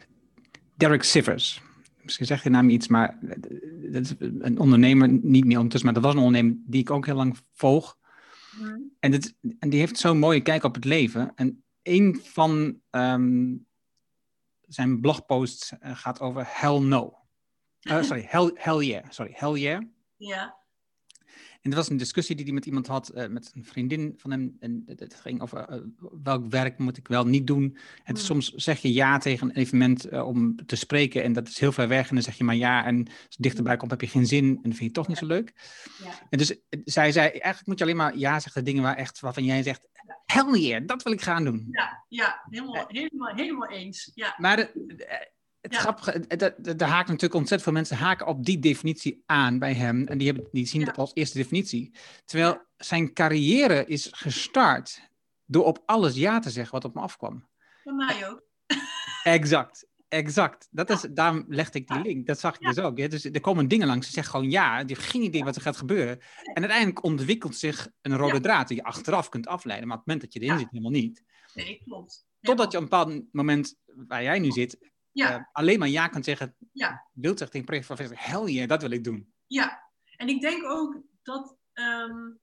Derek Sivers. Misschien zegt de naam iets, maar dat is een ondernemer, niet meer ondertussen, maar dat was een ondernemer die ik ook heel lang volg. Mm. En, dat, en die heeft zo'n mooie kijk op het leven. En een van um, zijn blogposts uh, gaat over hell no. Uh, sorry, hell, hell yeah. Sorry, hell yeah. Ja. En er was een discussie die hij met iemand had, uh, met een vriendin van hem. En het ging over uh, welk werk moet ik wel niet doen. En mm. soms zeg je ja tegen een evenement uh, om te spreken. En dat is heel ver weg. En dan zeg je maar ja. En als het dichterbij komt heb je geen zin. En dan vind je het toch niet zo leuk. Ja. En dus zij zei, eigenlijk moet je alleen maar ja zeggen. Dingen waar echt, waarvan jij zegt, hell yeah, dat wil ik gaan doen. Ja, ja helemaal, uh, helemaal, helemaal eens. Ja. Maar de, de, Het ja. grappige, daar haken natuurlijk ontzettend veel mensen haken op die definitie aan bij hem. En die, hebben, die zien ja. dat als eerste definitie. Terwijl ja. zijn carrière is gestart door op alles ja te zeggen wat op me afkwam. Bij mij ook. Exact, exact. Dat is, daarom legde ik die link. Dat zag ik ja. dus ook. Hè? Dus er komen dingen langs, ze zeggen gewoon ja. Die hebben geen idee ja. wat er gaat gebeuren. En uiteindelijk ontwikkelt zich een rode ja. draad die je achteraf kunt afleiden. Maar op het moment dat je erin ja. zit, helemaal niet. Nee, klopt. Totdat je op een bepaald moment, waar jij nu zit... Ja. Uh, alleen maar ja kan zeggen, ja. wilt zegt tegen project van hell yeah, dat wil ik doen. Ja, en ik denk ook dat um,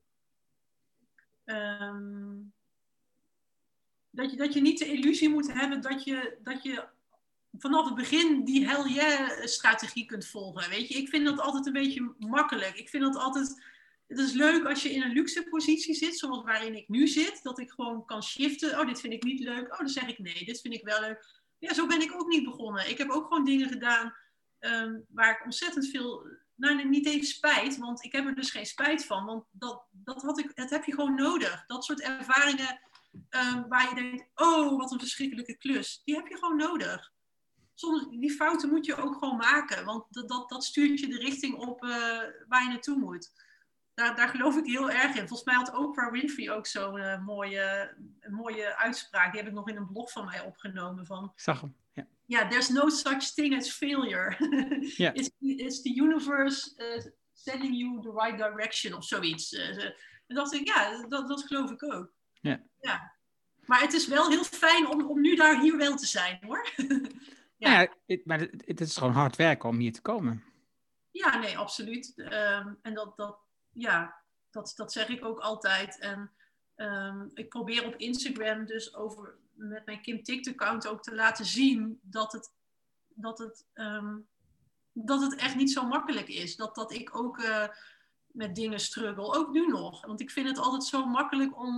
um, dat, je, dat je niet de illusie moet hebben dat je, dat je vanaf het begin die hell yeah strategie kunt volgen. Weet je, ik vind dat altijd een beetje makkelijk. Ik vind dat altijd, het is leuk als je in een luxe positie zit, zoals waarin ik nu zit, dat ik gewoon kan shiften. Oh, dit vind ik niet leuk. Oh, dan zeg ik nee, dit vind ik wel leuk. Ja, zo ben ik ook niet begonnen. Ik heb ook gewoon dingen gedaan um, waar ik ontzettend veel... Nou, niet even spijt, want ik heb er dus geen spijt van. Want dat, dat, had ik, dat heb je gewoon nodig. Dat soort ervaringen um, waar je denkt... Oh, wat een verschrikkelijke klus. Die heb je gewoon nodig. Soms, die fouten moet je ook gewoon maken. Want dat, dat, dat stuurt je de richting op uh, waar je naartoe moet. Daar, daar geloof ik heel erg in. Volgens mij had Oprah Winfrey ook zo'n uh, mooie, mooie uitspraak. Die heb ik nog in een blog van mij opgenomen. Van, ik zag hem, ja. Yeah, there's no such thing as failure. yeah. it's, it's the universe uh, sending you the right direction of zoiets. Uh, en dacht ik, ja, dat, dat geloof ik ook. Yeah. Ja. Maar het is wel heel fijn om, om nu daar hier wel te zijn, hoor. ja, ja het, maar het, het is gewoon hard werken om hier te komen. Ja, nee, absoluut. Um, en dat... dat Ja, dat, dat zeg ik ook altijd. En um, ik probeer op Instagram dus over, met mijn Kim Tikt-account ook te laten zien dat het, dat, het, um, dat het echt niet zo makkelijk is. Dat, dat ik ook uh, met dingen struggle, ook nu nog. Want ik vind het altijd zo makkelijk om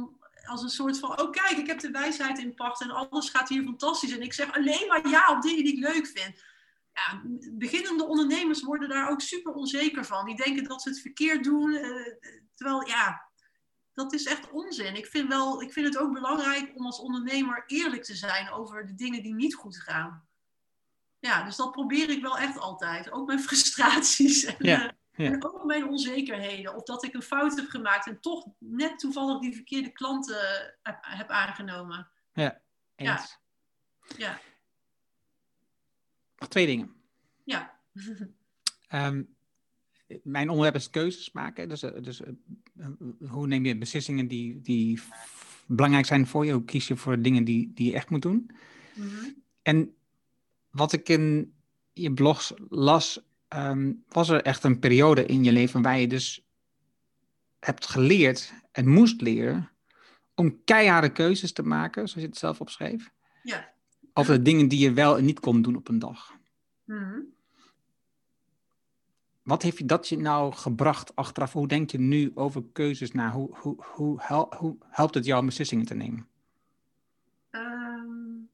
als een soort van, oh kijk, ik heb de wijsheid in pacht en alles gaat hier fantastisch. En ik zeg alleen maar ja op dingen die ik leuk vind. Ja, beginnende ondernemers worden daar ook super onzeker van. Die denken dat ze het verkeerd doen. Uh, terwijl, ja, dat is echt onzin. Ik vind, wel, ik vind het ook belangrijk om als ondernemer eerlijk te zijn over de dingen die niet goed gaan. Ja, dus dat probeer ik wel echt altijd. Ook mijn frustraties en, Ja, uh, ja. en ook mijn onzekerheden. Of dat ik een fout heb gemaakt en toch net toevallig die verkeerde klanten uh, heb, heb aangenomen. Ja, eens. Ja. Ja. Nog twee dingen. Ja. Um, mijn onderwerp is keuzes maken. Dus, dus uh, hoe neem je beslissingen die, die f- belangrijk zijn voor je? Hoe kies je voor dingen die, die je echt moet doen? Mm-hmm. En wat ik in je blogs las, um, was er echt een periode in je leven waar je dus hebt geleerd en moest leren om keiharde keuzes te maken, zoals je het zelf opschreef. Ja. Over de dingen die je wel en niet kon doen op een dag. Mm-hmm. Wat heeft je dat je nou gebracht achteraf? Hoe denk je nu over keuzes na? Hoe, hoe, hoe, hel, hoe helpt het jou om beslissingen te nemen? Um,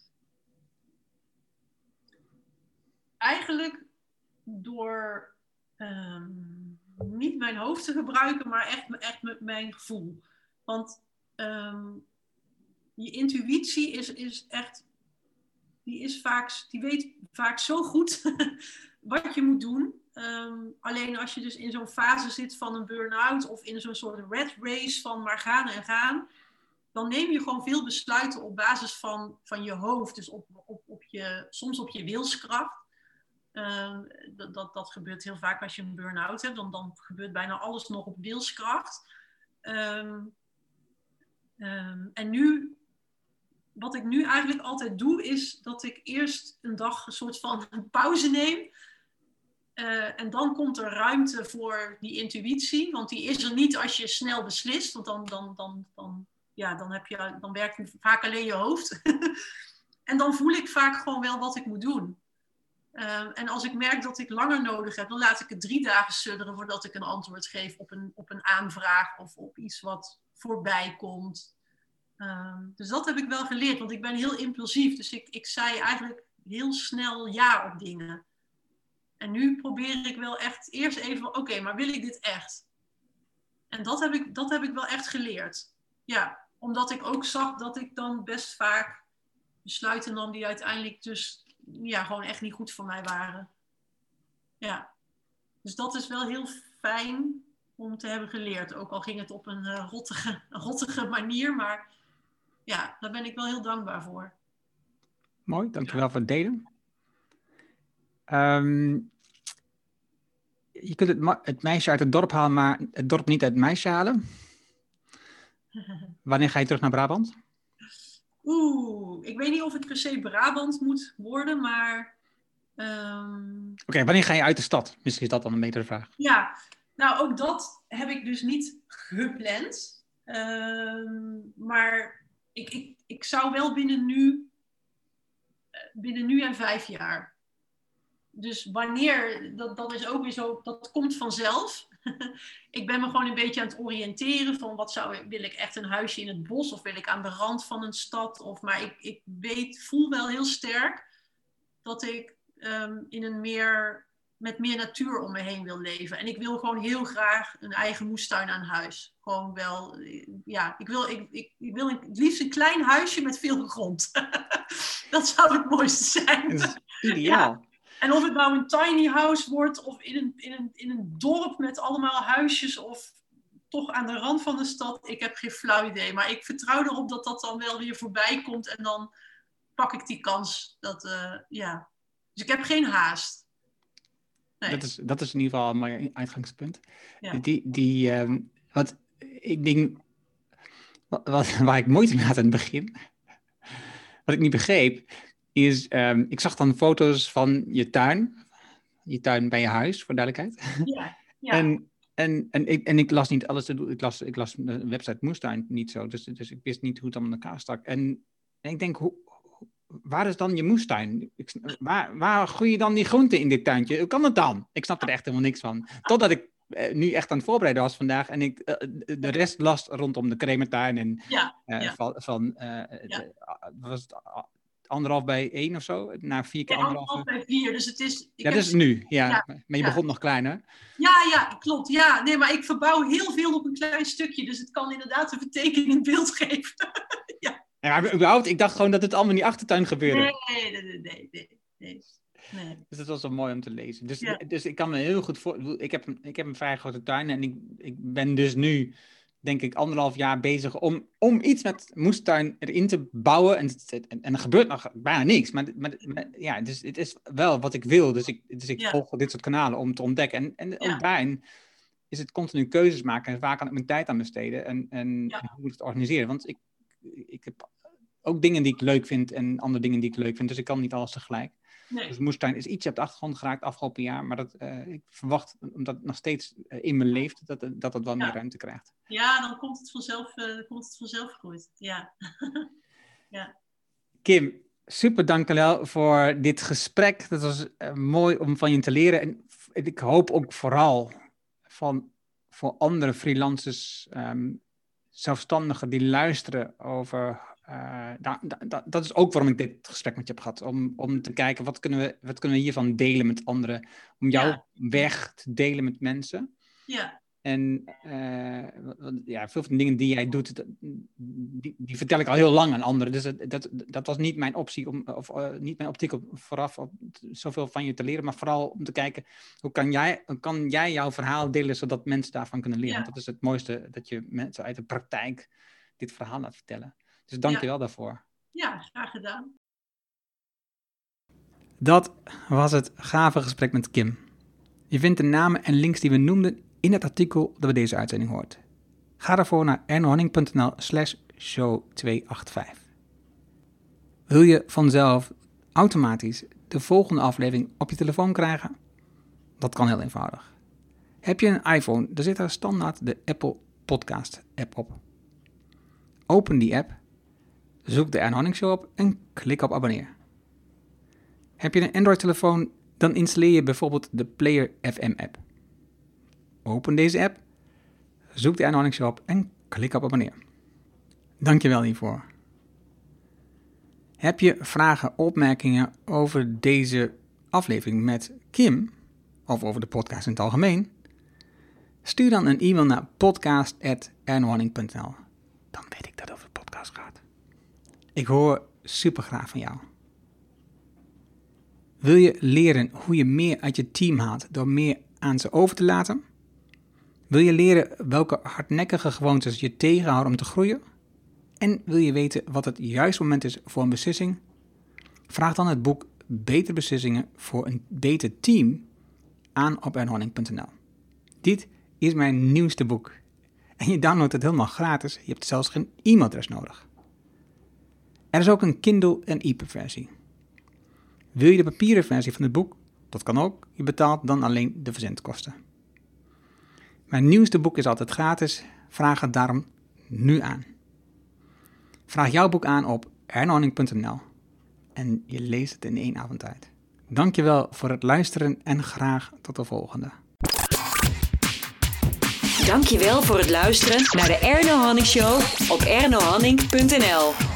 eigenlijk door um, niet mijn hoofd te gebruiken, maar echt, echt met mijn gevoel. Want um, je intuïtie is, is echt, die, is vaak, die weet vaak zo goed wat je moet doen. Um, alleen als je dus in zo'n fase zit van een burn-out of in zo'n soort red race van maar gaan en gaan, dan neem je gewoon veel besluiten op basis van, van je hoofd. Dus op, op, op je, soms op je wilskracht. Um, dat, dat, dat gebeurt heel vaak als je een burn-out hebt. Dan, dan gebeurt bijna alles nog op wilskracht. Um, um, en nu, wat ik nu eigenlijk altijd doe, is dat ik eerst een dag een soort van een pauze neem. Uh, en dan komt er ruimte voor die intuïtie. Want die is er niet als je snel beslist. Want dan, dan, dan, dan, ja, dan, heb je, dan werkt vaak alleen je hoofd. En dan voel ik vaak gewoon wel wat ik moet doen. Uh, en als ik merk dat ik langer nodig heb, dan laat ik het drie dagen sudderen voordat ik een antwoord geef op een, op een aanvraag of op iets wat voorbij komt. Uh, dus dat heb ik wel geleerd, want ik ben heel impulsief. Dus ik, ik zei eigenlijk heel snel ja op dingen. En nu probeer ik wel echt eerst even, oké, okay, maar wil ik dit echt? En dat heb ik, dat heb ik wel echt geleerd. Ja, omdat ik ook zag dat ik dan best vaak besluiten nam die uiteindelijk dus ja, gewoon echt niet goed voor mij waren. Ja, dus dat is wel heel fijn om te hebben geleerd. Ook al ging het op een uh, rottige, rottige manier, maar ja, daar ben ik wel heel dankbaar voor. Mooi, dankjewel ja. voor het delen. Um, je kunt het, ma- het meisje uit het dorp halen, maar het dorp niet uit het meisje halen. Wanneer ga je terug naar Brabant? Oeh, ik weet niet of het per se Brabant moet worden, maar... Um... Oké, okay, wanneer ga je uit de stad? Misschien is dat dan een betere vraag. Ja, nou ook dat heb ik dus niet gepland. Um, maar ik, ik, ik zou wel binnen nu, binnen nu en vijf jaar. Dus wanneer, dat, dat is ook weer zo, dat komt vanzelf. Ik ben me gewoon een beetje aan het oriënteren van wat zou, wil ik echt een huisje in het bos of wil ik aan de rand van een stad? Of, maar ik, ik weet, voel wel heel sterk dat ik um, in een meer, met meer natuur om me heen wil leven. En ik wil gewoon heel graag een eigen moestuin aan huis. Gewoon wel, ja, ik wil, ik, ik, ik wil een, het liefst een klein huisje met veel grond. Dat zou het mooiste zijn. Dat is ideaal. Ja. En of het nou een tiny house wordt of in een, in, een, in een dorp met allemaal huisjes of toch aan de rand van de stad, ik heb geen flauw idee. Maar ik vertrouw erop dat dat dan wel weer voorbij komt en dan pak ik die kans. Dat, uh, ja. Dus ik heb geen haast. Nee. Dat is, dat is in ieder geval een mooi uitgangspunt. Ja. Die, die, um, wat ik denk, wat, wat, waar ik moeite mee had aan het begin, wat ik niet begreep, is, um, ik zag dan foto's van je tuin, je tuin bij je huis, voor duidelijkheid. Ja, ja. En, en, en, ik, en ik las niet alles, ik las, ik las de website Moestuin niet zo, dus, dus ik wist niet hoe het allemaal in elkaar stak. En, en ik denk, hoe, waar is dan je moestuin? Ik, waar, waar groei je dan die groenten in dit tuintje? Hoe kan het dan? Ik snap er echt helemaal niks van. Totdat ik uh, nu echt aan het voorbereiden was vandaag. En ik uh, de rest las rondom de cremetuin. En ja, uh, ja. van, van uh, ja. de, was het anderhalf bij één of zo? Naar vier keer ja, anderhalf? anderhalf bij vier. Dus het is... Ik ja, dat is nu. Ja. ja maar je ja. begon nog kleiner. Ja, ja, klopt. Ja, nee, maar ik verbouw heel veel op een klein stukje. Dus het kan inderdaad een vertekening beeld geven. ja. Ja, maar überhaupt, ik dacht gewoon dat het allemaal in die achtertuin gebeurde. Nee, nee, nee, nee. nee, nee. Nee. Dus dat was wel mooi om te lezen. Dus, ja. dus ik kan me heel goed voor... Ik heb, ik heb een vrij grote tuin en ik, ik ben dus nu, denk ik, anderhalf jaar bezig om, om iets met moestuin erin te bouwen. En, en, en er gebeurt nog bijna niks. Maar, maar, maar ja, dus het is wel wat ik wil. Dus ik, dus ik ja. volg dit soort kanalen om te ontdekken. En, en ja. ook daarin is het continu keuzes maken. En waar kan ik mijn tijd aan besteden? En, en, ja. en hoe moet ik het organiseren? Want ik, ik heb ook dingen die ik leuk vind en andere dingen die ik leuk vind. Dus ik kan niet alles tegelijk. Nee. Dus moestuin is iets op de achtergrond geraakt afgelopen jaar. Maar dat, uh, ik verwacht, omdat het nog steeds uh, in me leeft, dat, dat het wel ja. meer ruimte krijgt. Ja, dan komt het vanzelf, uh, komt het vanzelf goed. Ja. ja. Kim, super dankjewel voor dit gesprek. Dat was uh, mooi om van je te leren. En ik hoop ook vooral van, voor andere freelancers, um, zelfstandigen die luisteren over... Uh, da, da, dat is ook waarom ik dit gesprek met je heb gehad. Om, om te kijken, wat kunnen, we, wat kunnen we hiervan delen met anderen? Om jouw ja. weg te delen met mensen. Ja. En uh, ja, veel van de dingen die jij doet, die, die vertel ik al heel lang aan anderen. Dus dat, dat, dat was niet mijn optie, om, of uh, niet mijn optiek om vooraf om zoveel van je te leren. Maar vooral om te kijken, hoe kan jij, kan jij jouw verhaal delen, zodat mensen daarvan kunnen leren? Ja. Want dat is het mooiste, dat je mensen uit de praktijk dit verhaal laat vertellen. Dus dank je wel ja. daarvoor. Ja, graag gedaan. Dat was het gave gesprek met Kim. Je vindt de namen en links die we noemden in het artikel dat bij deze uitzending hoort. Ga daarvoor naar ernohanning.nl slash show tweehonderdvijfenachtig. Wil je vanzelf automatisch de volgende aflevering op je telefoon krijgen? Dat kan heel eenvoudig. Heb je een iPhone, dan zit daar standaard de Apple Podcast app op. Open die app. Zoek de Ern Hanning Show op en klik op abonneer. Heb je een Android-telefoon, dan installeer je bijvoorbeeld de Player F M app. Open deze app, zoek de Ern Hanning Show op en klik op abonneer. Dankjewel hiervoor. Heb je vragen, opmerkingen over deze aflevering met Kim, of over de podcast in het algemeen? Stuur dan een e-mail naar podcast at ernohanning punt n l. Dan weet ik dat het over de podcast gaat. Ik hoor super graag van jou. Wil je leren hoe je meer uit je team haalt door meer aan ze over te laten? Wil je leren welke hardnekkige gewoontes je tegenhouden om te groeien? En wil je weten wat het juiste moment is voor een beslissing? Vraag dan het boek Betere Beslissingen voor een Beter Team aan op ernohanning punt n l. Dit is mijn nieuwste boek. En je downloadt het helemaal gratis. Je hebt zelfs geen e-mailadres nodig. Er is ook een Kindle en e-book versie. Wil je de papieren versie van het boek? Dat kan ook. Je betaalt dan alleen de verzendkosten. Mijn nieuwste boek is altijd gratis. Vraag het daarom nu aan. Vraag jouw boek aan op ernohanning punt n l. En je leest het in één avond tijd. Dankjewel voor het luisteren en graag tot de volgende. Dankjewel voor het luisteren naar de Erno Hanning Show op ernohanning punt n l.